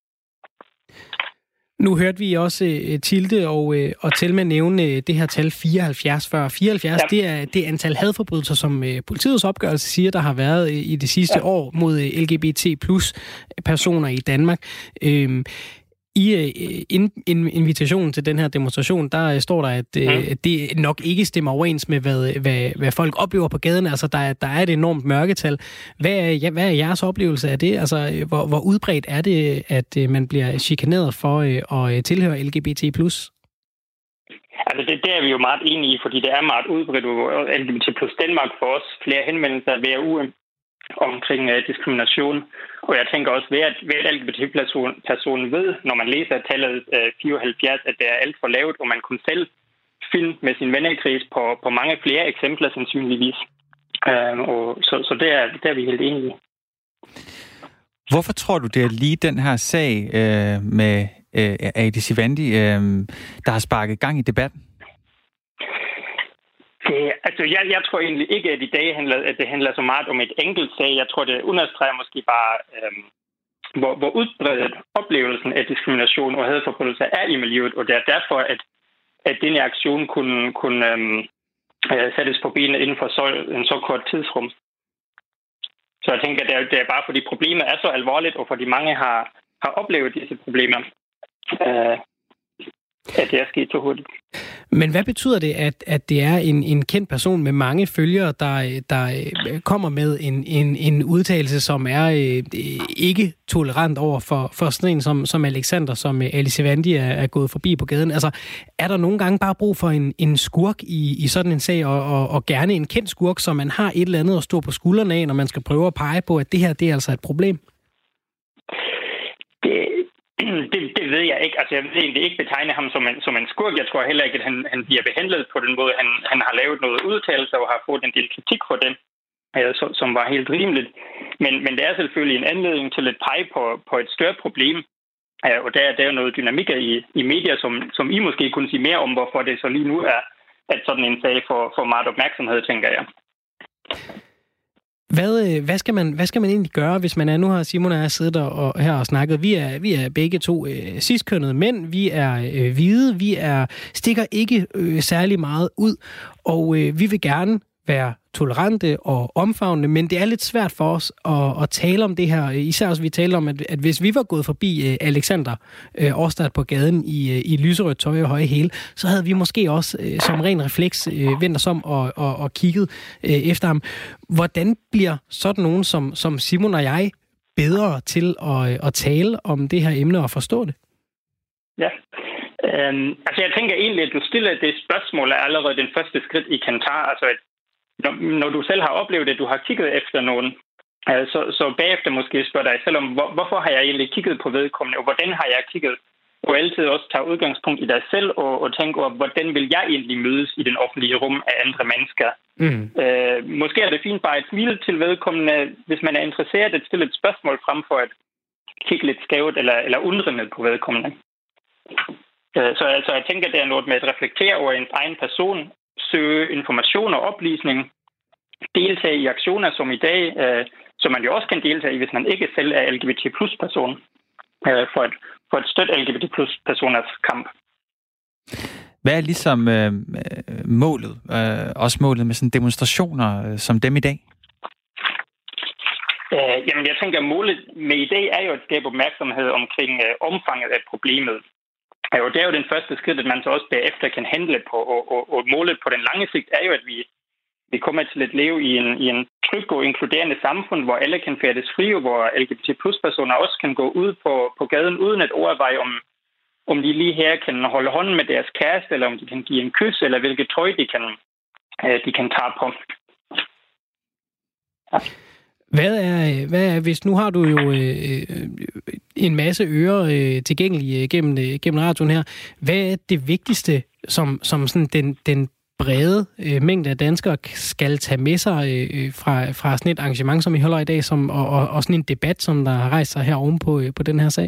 Nu hørte vi også uh, Tilde og, uh, og Thelma nævne uh, det her tal fireoghalvfjerds før. fireoghalvfjerds, ja. det er det antal hadforbrydelser, som uh, politiets opgørelse siger, der har været uh, i det sidste ja. år mod uh, L G B T plus personer i Danmark. Uh, I uh, in, in, invitationen til den her demonstration, der uh, står der, at uh, mm. det nok ikke stemmer overens med, hvad, hvad, hvad folk oplever på gaden. Altså, der, der er et enormt mørketal. Hvad er, ja, hvad er jeres oplevelse af det? Altså, hvor, hvor udbredt er det, at uh, man bliver chikaneret for uh, at tilhøre L G B T plus? Altså, det, det er vi jo meget enige i, fordi det er meget udbredt. L G B T plus Danmark får også flere henvendelser hver uge omkring uh, diskrimination. Og jeg tænker også, ved at, ved at L G B T-personen ved, når man læser tallet uh, fireoghalvfjerds, at det er alt for lavt, og man kunne selv finde med sin vennekreds på, på mange flere eksempler sandsynligvis. Uh, og så så det, er, det er vi helt enige i. Hvorfor tror du, det er lige den her sag øh, med øh, Adi Sivandi, øh, der har sparket gang i debatten? Det, altså, jeg, jeg tror egentlig ikke, at i dag handler, at det handler så meget om et enkelt sag. Jeg tror, det understreger måske bare, øhm, hvor, hvor udbredt oplevelsen af diskrimination og hadforbrydelser er i miljøet. Og det er derfor, at, at denne aktion kunne, kunne øhm, sættes på benene inden for så, en så kort tidsrum. Så jeg tænker, at det er, det er bare fordi problemet er så alvorligt, og fordi mange har, har oplevet disse problemer. Øh, at det er sket så hurtigt. Men hvad betyder det, at, at det er en, en kendt person med mange følgere, der, der kommer med en, en, en udtalelse, som er øh, ikke tolerant over for, for sådan en som, som Alexander, som Alice Evandy er, er gået forbi på gaden? Altså, er der nogle gange bare brug for en, en skurk i, i sådan en sag, og, og, og gerne en kendt skurk, så man har et eller andet at stå på skuldrene af, når man skal prøve at pege på, at det her, det er altså et problem? Det, det, det ved jeg ikke. Altså, jeg vil egentlig ikke betegne ham som en, som en skurk. Jeg tror heller ikke, at han, han bliver behandlet på den måde. Han, han har lavet noget udtalelse og har fået en del kritik for det, som, som var helt rimeligt. Men, men det er selvfølgelig en anledning til at pege på, på et større problem. Og der, der er jo noget dynamik i, i medier, som, som I måske kunne sige mere om, hvorfor det så lige nu er, at sådan en sag får, får meget opmærksomhed, tænker jeg. Hvad, hvad, skal man, hvad skal man egentlig gøre, hvis man er... Nu har Simon og jeg siddet og, her og snakket. Vi er, vi er begge to øh, cis-kønnede mænd. Vi er øh, hvide. Vi er, stikker ikke øh, særlig meget ud. Og øh, vi vil gerne være tolerante og omfavnende, men det er lidt svært for os at, at tale om det her. Især hvis vi taler om, at, at hvis vi var gået forbi øh, Alexander øh, Årstad på gaden i, øh, i lyserødt tøj og høje hæle, så havde vi måske også øh, som ren refleks øh, vendt os om og, og, og kigget øh, efter ham. Hvordan bliver sådan nogen som, som Simon og jeg bedre til at, at tale om det her emne og forstå det? Ja, øhm, altså jeg tænker egentlig, at du stiller det spørgsmål er allerede den første skridt, I kan tage. Altså et Når, når du selv har oplevet det, du har kigget efter nogen, så, så bagefter måske spørger dig selv om, hvor, hvorfor har jeg egentlig kigget på vedkommende, og hvordan har jeg kigget? Og altid også tage udgangspunkt i dig selv og, og tænke over, hvordan vil jeg egentlig mødes i den offentlige rum af andre mennesker? Mm. Øh, måske er det fint bare et smil til vedkommende, hvis man er interesseret at stille et spørgsmål frem for at kigge lidt skævt eller, eller undrende på vedkommende. Øh, så altså, jeg tænker, det er noget med at reflektere over ens egen person, søge information og oplysning, deltage i aktioner som i dag, øh, som man jo også kan deltage i, hvis man ikke selv er L G B T plus person, øh, for, et, for et støtte L G B T plus personers kamp. Hvad er ligesom øh, målet, øh, også målet med sådan demonstrationer øh, som dem i dag? Øh, jamen, jeg tænker, at målet med i dag er jo at skabe opmærksomhed omkring øh, omfanget af problemet. Og det er jo den første skridt, at man så også bagefter kan handle på, og, og, og målet på den lange sigt er jo, at vi, vi kommer til at leve i en, i en tryg og inkluderende samfund, hvor alle kan færdes fri, og hvor L G B T plus personer også kan gå ud på, på gaden uden at overveje, om, om de lige her kan holde hånden med deres kæreste, eller om de kan give en kys, eller hvilket tøj de kan, de kan tage på. Ja. Hvad er, hvad er, hvis nu har du jo øh, en masse ører øh, tilgængelige gennem, øh, gennem radioen her, hvad er det vigtigste, som, som sådan den, den brede øh, mængde af danskere skal tage med sig øh, fra, fra sådan et arrangement, som I holder i dag, som, og, og, og sådan en debat, som der har rejst sig her oven på, øh, på den her sag?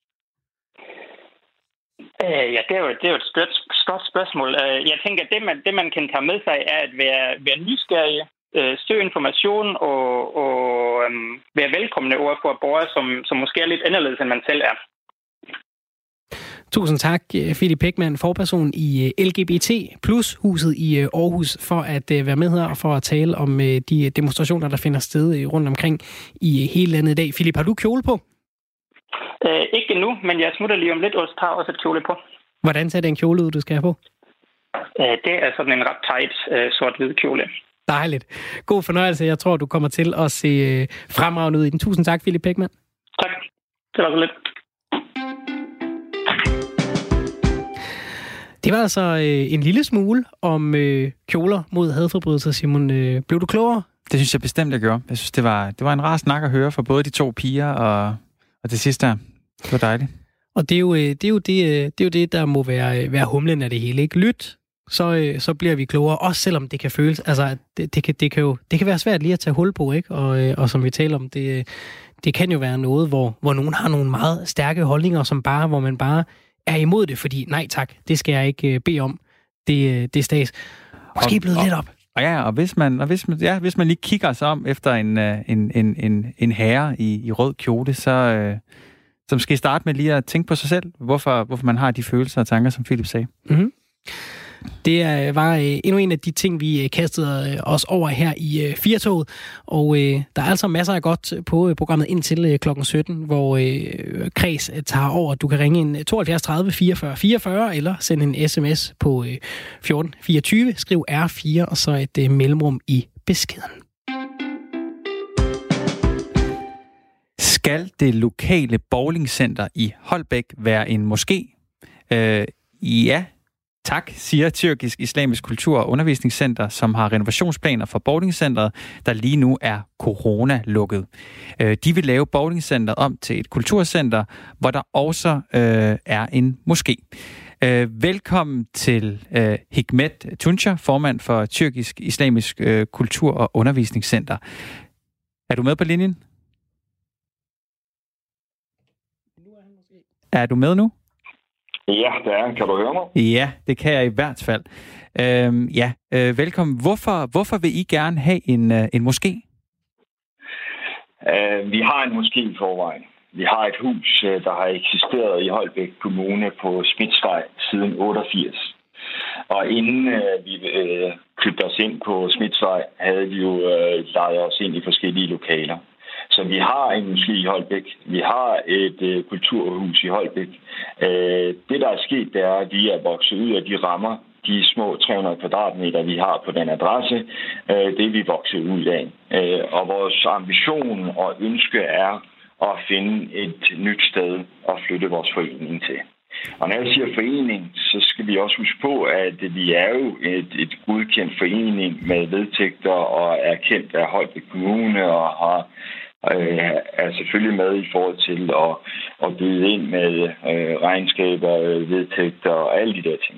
Ja, det er jo, det er jo et stort, stort spørgsmål. Jeg tænker, at det man, det, man kan tage med sig, er at være, være nysgerrig, søge information og, og øhm, være velkomne over for borgere, som, som måske er lidt anderledes, end man selv er. Tusind tak, Philip Peckmann, forperson i L G B T plus huset i Aarhus, for at være med her og for at tale om de demonstrationer, der finder sted rundt omkring i hele landet i dag. Philip, har du kjole på? Øh, ikke endnu, men jeg smutter lige om lidt og tager også et kjole på. Hvordan ser den kjole ud, du skal have på? Øh, det er sådan en ret tight øh, sort-hvid kjole. Dejligt. God fornøjelse. Jeg tror, du kommer til at se øh, fremragende ud i den. Tusind tak, Philip Peckmann. Tak. Det var så lidt. Det var altså øh, en lille smule om øh, kjoler mod hadforbrydelser, Simon. Øh, blev du klogere? Det synes jeg bestemt, jeg gjorde. Jeg synes, det var, det var en rar snak at høre fra både de to piger og, og det sidste her. Det var dejligt. Og det er jo, det, er jo det, det, er jo det der må være, være humlen af det hele. Ikke? Lyt, så, så bliver vi klogere, også selvom det kan føles. Altså, det, det, kan, det, kan, jo, det kan være svært lige at tage hul på, ikke? Og, og som vi taler om, det, det kan jo være noget, hvor, hvor nogen har nogle meget stærke holdninger, som bare, hvor man bare er imod det, fordi nej tak, det skal jeg ikke bede om. Det, det er stads. Måske blevet lidt op. Og ja, og hvis man, og hvis man, ja, hvis man lige kigger sig om efter en, en, en, en, en herre i, i rød kjole, så, øh, så skal I starte med lige at tænke på sig selv, hvorfor, hvorfor man har de følelser og tanker, som Philip sagde. Mm-hmm. Det er, var øh, endnu en af de ting, vi øh, kastede øh, os over her i øh, Firtoget. Og øh, der er altså masser af godt på øh, programmet indtil øh, klokken sytten, hvor øh, Kreds øh, tager over. Du kan ringe ind tooghalvfjerds tredive fireogfyrre fireogfyrre eller sende en sms på øh, fjorten fireogtyve. Skriv R fire og så et øh, mellemrum i beskeden. Skal det lokale bowlingcenter i Holbæk være en moské? Øh, ja, tak, siger Tyrkisk Islamisk Kultur- og Undervisningscenter, som har renovationsplaner for bowlingcenteret, der lige nu er corona-lukket. Øh, de vil lave bowlingcenteret om til et kulturcenter, hvor der også øh, er en moské. Øh, velkommen til øh, Hikmet Tuncer, formand for Tyrkisk Islamisk øh, Kultur- og Undervisningscenter. Er du med på linjen? Er du med nu? Ja, det er. Kan du høre mig? Ja, det kan jeg i hvert fald. Øhm, ja, øh, velkommen. Hvorfor, hvorfor vil I gerne have en, øh, en moské? Uh, vi har en moské i forvejen. Vi har et hus, der har eksisteret i Holbæk Kommune på Smitsvej siden otteogfirs. Og inden uh, vi uh, købte os ind på Smitsvej, havde vi jo uh, lejet os ind i forskellige lokaler. Så vi har en moské i Holbæk. Vi har et øh, kulturhus i Holbæk. Øh, det, der er sket, det er, at vi er vokset ud af de rammer, de små tre hundrede kvadratmeter, vi har på den adresse. Øh, det er vi vokset ud af. Øh, og vores ambition og ønske er at finde et nyt sted at flytte vores forening til. Og når jeg siger forening, så skal vi også huske på, at vi er jo et, et godkendt forening med vedtægter og er kendt af Holbæk Kommune og har øh, er selvfølgelig med i forhold til at, at byde ind med øh, regnskaber, vedtægter og alle de der ting.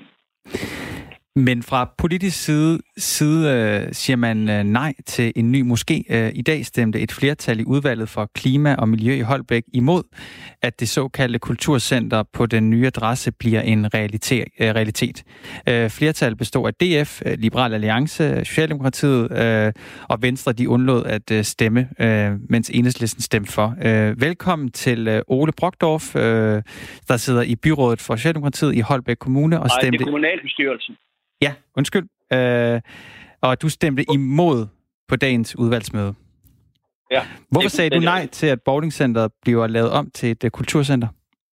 Men fra politisk side, side øh, siger man øh, nej til en ny moské. Øh, I dag stemte et flertal i udvalget for klima og miljø i Holbæk imod, at det såkaldte kulturcenter på den nye adresse bliver en realitet. Øh, realitet. Øh, flertal består af D F, Liberal Alliance, Socialdemokratiet øh, og Venstre. De undlod at øh, stemme, øh, mens Enhedslisten stemte for. Øh, velkommen til øh, Ole Brockdorff, øh, der sidder i byrådet for Socialdemokratiet i Holbæk Kommune og stemte... Nej, det er kommunalbestyrelsen. Ja, undskyld. Øh, og du stemte imod på dagens udvalgsmøde. Ja. Hvorfor sagde du nej til, at bowlingcenteret bliver lavet om til et uh, kulturcenter?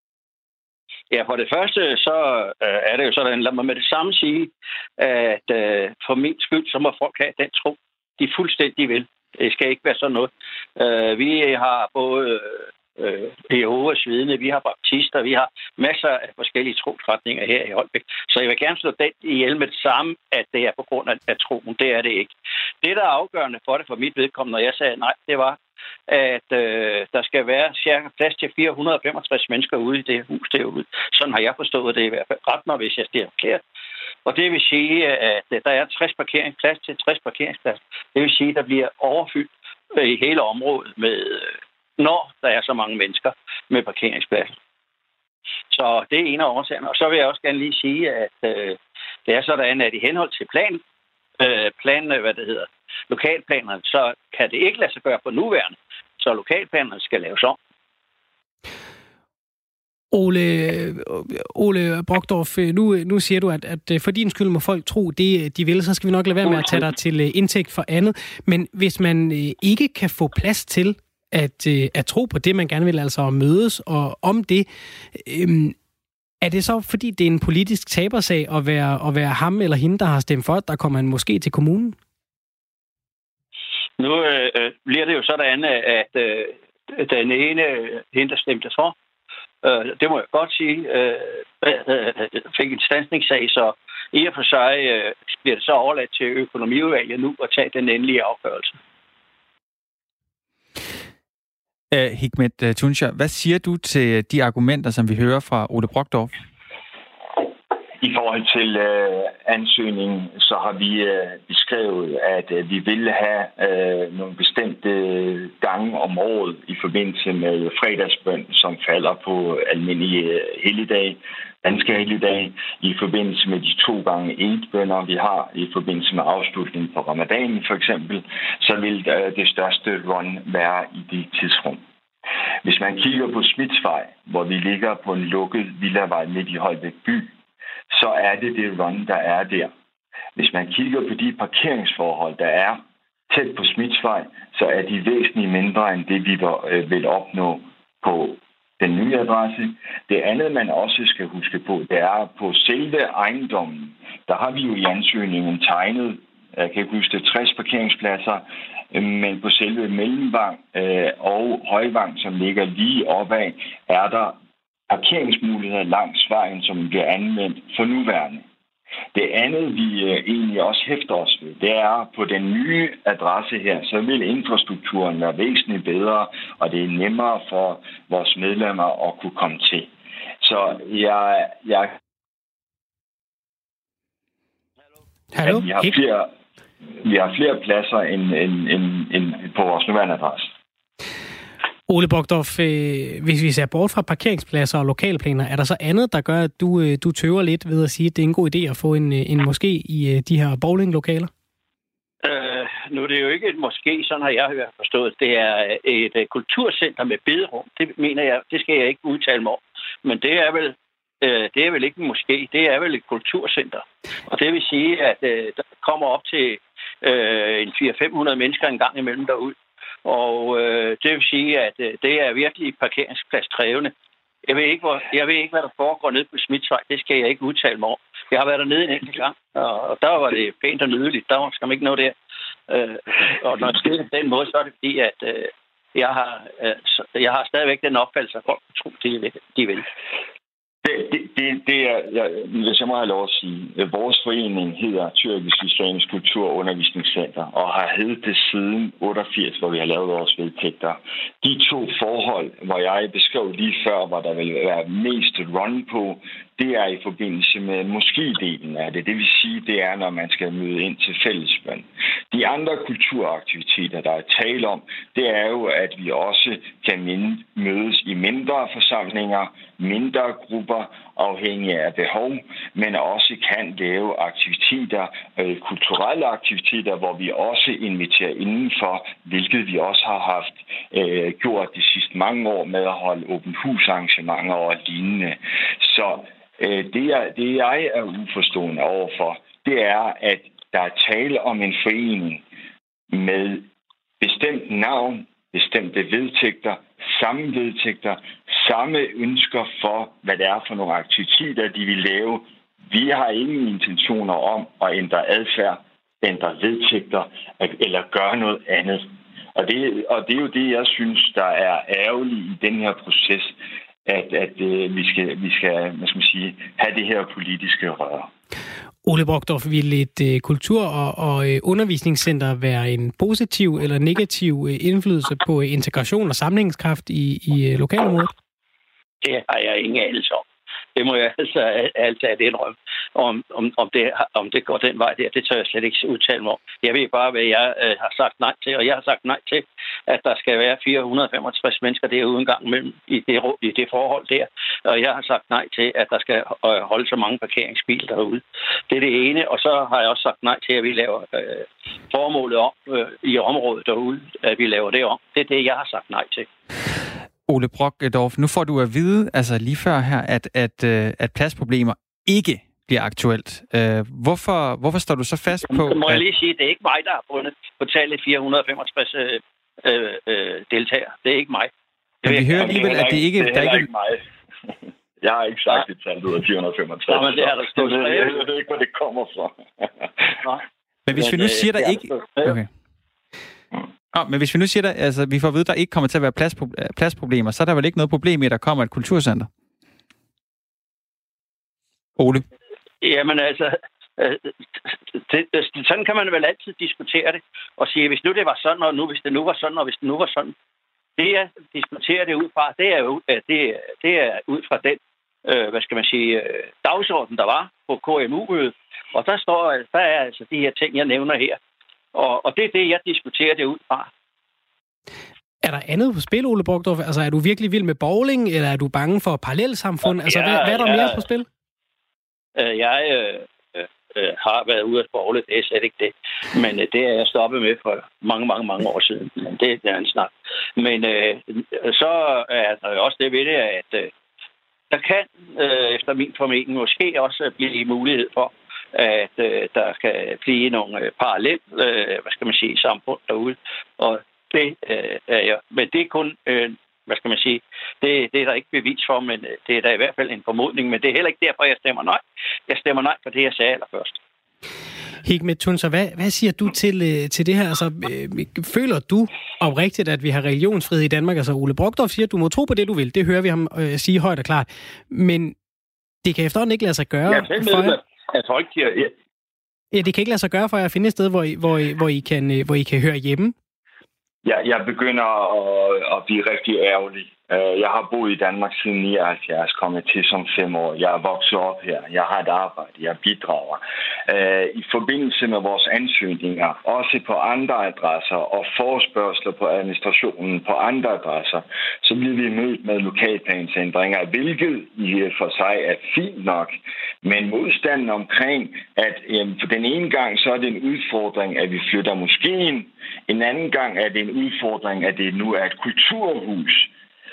Ja, for det første, så øh, er det jo sådan, lad mig med det samme sige, at øh, for min skyld, så må folk have den tro, de fuldstændig vil. Det skal ikke være sådan noget. Øh, vi har både... Øh, Jehovas vidne, vi har baptister, vi har masser af forskellige trosretninger her i Holbæk. Så jeg vil gerne slå den ihjel med det samme, at det er på grund af, af troen. Det er det ikke. Det, der er afgørende for det for mit vedkommende, når jeg sagde nej, det var, at øh, der skal være cirka plads til fire hundrede og femogtres mennesker ude i det hus derude. Sådan har jeg forstået det i hvert fald. Ret mig, hvis jeg stiger forkert. Og det vil sige, at der er tres parkeringsplads til tres parkeringsplads. Det vil sige, at der bliver overfyldt i hele området med... når der er så mange mennesker med parkeringspladser. Så det er en af årsagerne. Og så vil jeg også gerne lige sige, at øh, det er sådan, at i henhold til plan, øh, planen, hvad det hedder, lokalplanerne, så kan det ikke lade sig gøre på nuværende. Så lokalplanerne skal laves om. Ole, Ole Brockdorff, nu, nu siger du, at, at for din skyld må folk tro det, de vil, så skal vi nok lade være med at tage dig til indtægt for andet. Men hvis man ikke kan få plads til At, øh, at tro på det, man gerne vil, altså at mødes, og om det, øhm, er det så, fordi det er en politisk tabersag at være, at være ham eller hende, der har stemt for, at der kommer en måske til kommunen? Nu øh, bliver det jo sådan, at øh, den ene, hende, der stemte for, øh, det må jeg godt sige, øh, øh, fik en standsningssag, så i og for sig øh, bliver det så overladt til økonomiudvalget nu at tage den endelige afgørelse. Uh, Hikmet uh, Tuncer, hvad siger du til de argumenter, som vi hører fra Ole Brockdorff? I forhold til øh, ansøgningen, så har vi øh, beskrevet, at øh, vi vil have øh, nogle bestemte gange om året i forbindelse med fredagsbøn, som falder på almindelige øh, helligdage, danske helligdage, i forbindelse med de to gange eidbønner, vi har i forbindelse med afslutningen på ramadanen for eksempel, så vil øh, det største run være i det tidsrum. Hvis man kigger på Smitsvej, hvor vi ligger på en lukket villavej midt i Holbæk by, så er det det run, der er der. Hvis man kigger på de parkeringsforhold, der er tæt på Smitsvej, så er de væsentligt mindre end det, vi vil opnå på den nye adresse. Det andet, man også skal huske på, det er på selve ejendommen. Der har vi jo i ansøgningen tegnet, jeg kan ikke huske det, tres parkeringspladser, men på selve Mellemvang og Højvang, som ligger lige opad, er der parkeringsmuligheder langs vejen, som bliver anvendt for nuværende. Det andet, vi egentlig også hæfter os ved, det er på den nye adresse her, så vil infrastrukturen være væsentligt bedre, og det er nemmere for vores medlemmer at kunne komme til. Så jeg... jeg Hallo? Vi har flere, vi har flere pladser end, end, end, end på vores nuværende adresse. Ole Brokdorf, øh, hvis vi ser bort fra parkeringspladser og lokalplaner, er der så andet, der gør, at du, øh, du tøver lidt ved at sige, at det er en god idé at få en, en moské i øh, de her bowlinglokaler? Øh, nu er det jo ikke et moské, sådan har jeg forstået. Det er et uh, kulturcenter med bederum. Det mener jeg, det skal jeg ikke udtale mig om. Men det er vel, øh, det er vel ikke en moské, det er vel et kulturcenter. Og det vil sige, at øh, der kommer op til øh, en fire til fem hundrede mennesker en gang imellem derude. Og øh, det vil sige, at øh, det er virkelig parkeringspladskrævende. Jeg ved, ikke, hvor, jeg ved ikke, hvad der foregår nede på Smitsvej. Det skal jeg ikke udtale mig om. Jeg har været dernede en enkelt gang, og der var det pænt og nydeligt. Der var skam ikke noget der. Øh, og når det sker på den måde, så er det fordi, at øh, jeg, har, øh, jeg har stadigvæk den opfattelse, at folk tror, de, de vil. Det, det, det, det er, jeg, hvis jeg må have lov at sige, vores forening hedder Tyrkisk Islamisk Kultur- og Undervisningscenter, og har heddet det siden otteogfirs, hvor vi har lavet vores vedtægter. De to forhold, hvor jeg beskrev lige før, hvor der vil være mest run på, det er i forbindelse med moskidelen af det. Det vil sige, det er, når man skal møde ind til fællesbøn. De andre kulturaktiviteter, der er tale om, det er jo, at vi også kan mødes i mindre forsamlinger, mindre grupper, afhængig af behov, men også kan lave aktiviteter, øh, kulturelle aktiviteter, hvor vi også inviterer indenfor, hvilket vi også har haft øh, gjort de sidste mange år med at holde åbent husarrangementer og lignende. Så øh, det, er, det jeg er uforstående overfor, det er, at der er tale om en forening med bestemt navn, bestemte vedtægter, samme vedtægter, samme ønsker for, hvad det er for nogle aktiviteter, de vil lave. Vi har ingen intentioner om at ændre adfærd, ændre vedtægter eller gøre noget andet. Og det, og det er jo det, jeg synes, der er ærgerligt i den her proces, at, at vi skal, vi skal hvad skal man sige, have det her politiske røre. Ole Brokdorf, vil et uh, kultur- og, og uh, undervisningscenter være en positiv eller negativ uh, indflydelse på uh, integration og samlingskraft i, i uh, lokalområdet? Det har jeg ingen anelse om. Det må jeg altså altid have det om, om, om, om, det, om det går den vej der. Det tør jeg slet ikke udtale mig om. Jeg ved bare, hvad jeg øh, har sagt nej til, og jeg har sagt nej til, at der skal være fire hundrede og femogtres mennesker derude en gang imellem i det, i det forhold der. Og jeg har sagt nej til, at der skal øh, holde så mange parkeringsbiler derude. Det er det ene, og så har jeg også sagt nej til, at vi laver øh, formålet om øh, i området derude, at vi laver det om. Det er det, jeg har sagt nej til. Ole Brokdorf, nu får du at vide, altså lige før her, at, at, at pladsproblemer ikke bliver aktuelt. Hvorfor, hvorfor står du så fast på... Må jeg at... lige sige, at det er ikke mig, der har fundet på tallet fire hundrede og femogtres øh, øh, deltagere. Det er ikke mig. Det men vi hører alligevel, at det ikke... Det er der ikke mig. Jeg har ikke sagt et tal ud af fire hundrede og femogtres. Nej, men det har der stået skrevet. Jeg ved ikke, hvor det kommer fra. Nej. Men hvis men, vi nu siger, der ikke... Okay. Oh, men hvis vi nu siger, at altså, vi får at vide, at der ikke kommer til at være pladspro- pladsproblemer, så er der vel ikke noget problem i, at der kommer et kulturcenter? Ole? Jamen altså, det, det, sådan kan man vel altid diskutere det, og sige, hvis nu det var sådan, og nu hvis det nu var sådan, og hvis det nu var sådan. Det jeg diskuterer det ud fra, det er jo det, det er ud fra den, øh, hvad skal man sige, dagsorden, der var på K M U-mødet, og der står, der er altså de her ting, jeg nævner her. Og, og det er det, jeg diskuterer det ud fra. Er der andet på spil, Ole Brokdorf? Altså, er du virkelig vild med bowling, eller er du bange for parallelsamfund? Ja, altså, hvad, hvad er der ja, mere på spil? Øh, jeg øh, øh, har været ude at bowle, det er slet ikke det. Men øh, det er jeg stoppet med for mange, mange, mange år siden. Men det er en snak. Men øh, så er der også det ved det, at øh, der kan øh, efter min formening måske også blive mulighed for, at øh, der kan blive nogle øh, parallel, øh, hvad skal man sige, samfund derude. Og det øh, er jeg, men det er kun, øh, hvad skal man sige, det, det er der ikke bevis for, men det er der i hvert fald en formodning, men det er heller ikke derfor, jeg stemmer nej. Jeg stemmer nej for det, jeg sagde allerførst. Hikmet Tuncer, hvad, hvad siger du til, til det her? Altså, øh, føler du oprigtigt, at vi har religionsfrihed i Danmark? Altså, Ole Brogdorf siger, at du må tro på det, du vil. Det hører vi ham øh, sige højt og klart. Men det kan efterhånden ikke lade sig gøre. Jeg selv med, jeg tror ikke, jeg... Ja, det kan ikke lade sig gøre for jer at finde et sted, hvor I, hvor I, hvor I, kan, hvor I kan høre hjemme. Ja, jeg begynder at, at blive rigtig ærgerlig. Jeg har boet i Danmark siden nioghalvfjerds, kommet til som fem år. Jeg er vokset op her. Jeg har et arbejde. Jeg bidrager. I forbindelse med vores ansøgninger, også på andre adresser og forespørgsler på administrationen på andre adresser, så bliver vi mødt med lokalplansændringer, hvilket i for sig er fint nok. Men modstanden omkring, at jamen, for den ene gang, så er det en udfordring, at vi flytter moskeen. En anden gang er det en udfordring, at det nu er et kulturhus.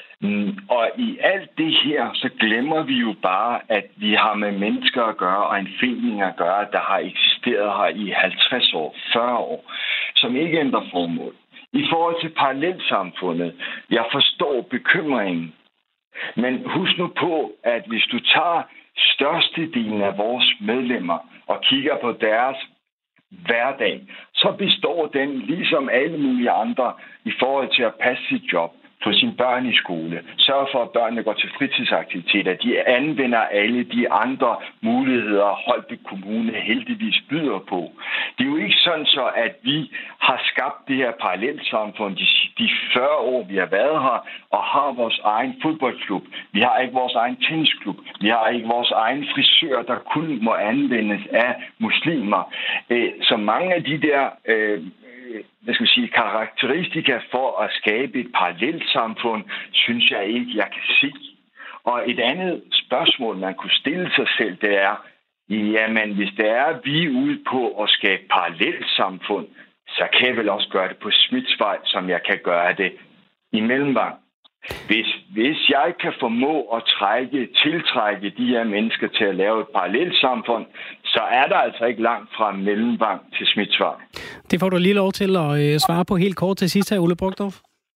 Og i alt det her, så glemmer vi jo bare, at vi har med mennesker at gøre, og en forening at gøre, der har eksisteret her i halvtreds år, fyrre år, som ikke ændrer formål. I forhold til parallelsamfundet, jeg forstår bekymringen. Men husk nu på, at hvis du tager størstedelen af vores medlemmer og kigger på deres hverdag, så består den ligesom alle mulige andre i forhold til at passe sit job, få sine børn i skole, sørge for, at børnene går til fritidsaktiviteter. De anvender alle de andre muligheder, Holbæk Kommune heldigvis byder på. Det er jo ikke sådan så, at vi har skabt det her parallelsamfund de, de fyrre år, vi har været her, og har vores egen fodboldklub. Vi har ikke vores egen tennisklub. Vi har ikke vores egen frisør, der kun må anvendes af muslimer. Så mange af de der... Øh, hvad skal man sige, karakteristika for at skabe et parallelsamfund, synes jeg ikke, jeg kan se. Og et andet spørgsmål, man kunne stille sig selv, det er, jamen hvis det er, at vi er ude på at skabe parallelsamfund, så kan jeg vel også gøre det på Smidtsvej, som jeg kan gøre det i Mellemvang. Hvis, hvis jeg kan formå at trække, tiltrække de her mennesker til at lave et parallelsamfund, så er der altså ikke langt fra Mellemvang til Smidtsvej. Det får du lige lov til at øh, svare på helt kort til sidst her, Ole Brogdorf.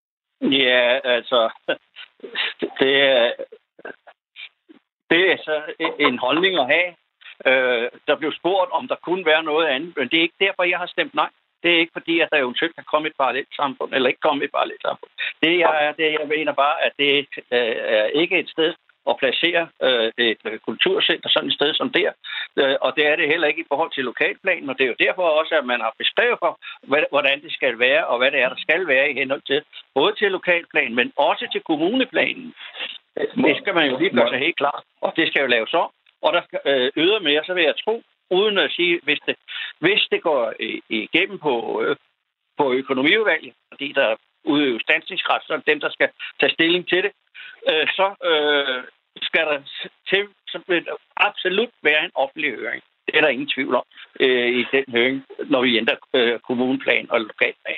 Ja, altså, det er, det er så en holdning at have. Øh, der blev spurgt, om der kunne være noget andet, men det er ikke derfor, jeg har stemt nej. Det er ikke fordi, at der eventuelt kan komme et parallelsamfund, eller ikke komme et parallelsamfund. Det jeg er, det jeg mener bare, at det er ikke et sted at placere et kulturcenter sådan et sted som der. Og det er det heller ikke i forhold til lokalplanen, og det er jo derfor også, at man har beskrevet for, hvordan det skal være, og hvad det er, der skal være i henhold til, både til lokalplanen, men også til kommuneplanen. Det skal man jo lige gøre sig helt klart, og det skal jo laves om. Og der ydermere, så vil jeg tro, uden at sige, hvis det, hvis det går igennem på, øh, på økonomiudvalget, fordi der udøver standsningsret, så er det dem, der skal tage stilling til det, øh, så øh, skal der til, så vil der absolut være en offentlig høring. Det er der ingen tvivl om øh, i den høring, når vi ændrer øh, kommuneplan og lokalplan.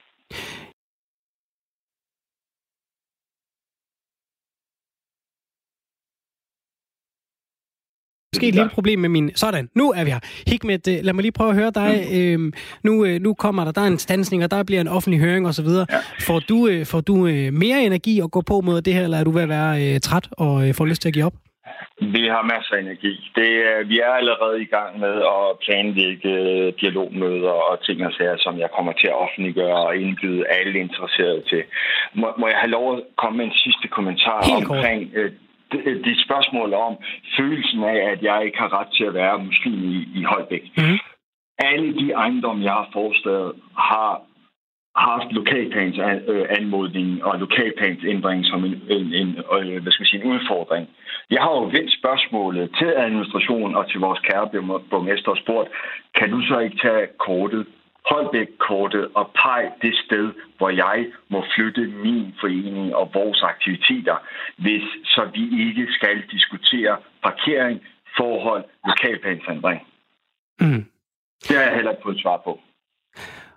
Måske et lille problem med min... Sådan, nu er vi her. Hikmet, lad mig lige prøve at høre dig. Øhm, nu, nu kommer der, der er en standsning, og der bliver en offentlig høring osv. Ja. Får du, får du mere energi at gå på mod det her, eller er du ved at være øh, træt og øh, får lyst til at give op? Vi har masser af energi. Det, vi er allerede i gang med at planlægge dialogmøder og ting og sager, som jeg kommer til at offentliggøre og indbyde alle interesserede til. Må, må jeg have lov at komme med en sidste kommentar Helt omkring... Øh, Det er spørgsmål om følelsen af, at jeg ikke har ret til at være muslim i, i Holbæk. Mm. Alle de ejendomme, jeg har forestået, har haft lokalplans anmodning og lokalplansændring som en, en, en, hvad skal jeg sige, en udfordring. Jeg har jo vendt spørgsmålet til administrationen og til vores kære borgmester og spurgt, kan du så ikke tage kortet, Holbæk-kortet og pege det sted, hvor jeg må flytte min forening og vores aktiviteter, hvis så vi ikke skal diskutere parkering, forhold, lokalplansændring. Mm. Det har jeg heller ikke fået svar på.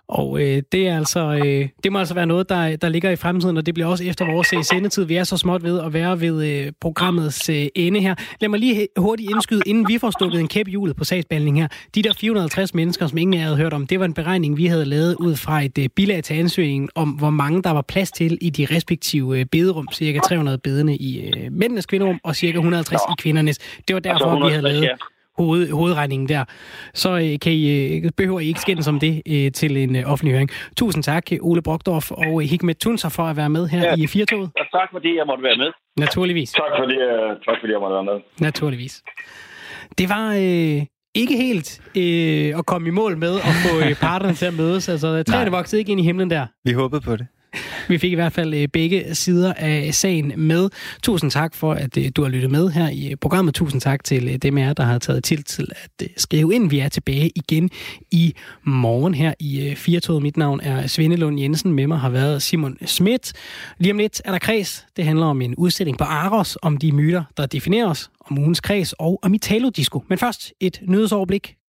Og øh, det er altså øh, det må altså være noget, der, der ligger i fremtiden, og det bliver også efter vores øh, sendetid. Vi er så småt ved at være ved øh, programmets øh, ende her. Lad mig lige hurtigt indskyde, inden vi får stukket en kæp i hjulet på sagsbehandling her. De der fire hundrede og halvtreds mennesker, som ingen af jer havde hørt om, det var en beregning, vi havde lavet ud fra et øh, bilag til ansøgningen om, hvor mange der var plads til i de respektive øh, bederum. Cirka tre hundrede bedende i øh, mændenes kvinderum, og cirka et hundrede og halvtreds i kvindernes. Det var derfor, altså vi havde lavet... Ja. Hoved, hovedregningen der. Så øh, kan I, øh, behøver I ikke skændes om det øh, til en øh, offentlig høring. Tusind tak, Ole Brockdorff og øh, Hikmet Tuncer for at være med her ja. i Firtoget. Og tak fordi jeg måtte være med. Naturligvis. Tak fordi, uh, tak fordi jeg måtte være med. Naturligvis. Det var øh, ikke helt øh, at komme i mål med at få øh, parterne til at mødes. Altså, træerne voksede ikke ind i himlen der. Vi håbede på det. Vi fik i hvert fald begge sider af sagen med. Tusind tak for, at du har lyttet med her i programmet. Tusind tak til dem af jer, der har taget til til at skrive ind. Vi er tilbage igen i morgen her i Firtoget. Mit navn er Svende Lund Jensen. Med mig har været Simon Schmidt. Lige om lidt er der kreds. Det handler om en udstilling på Aros, om de myter, der definerer os, om ugens kreds og om Italo-disco. Men først et nyhedsoverblik.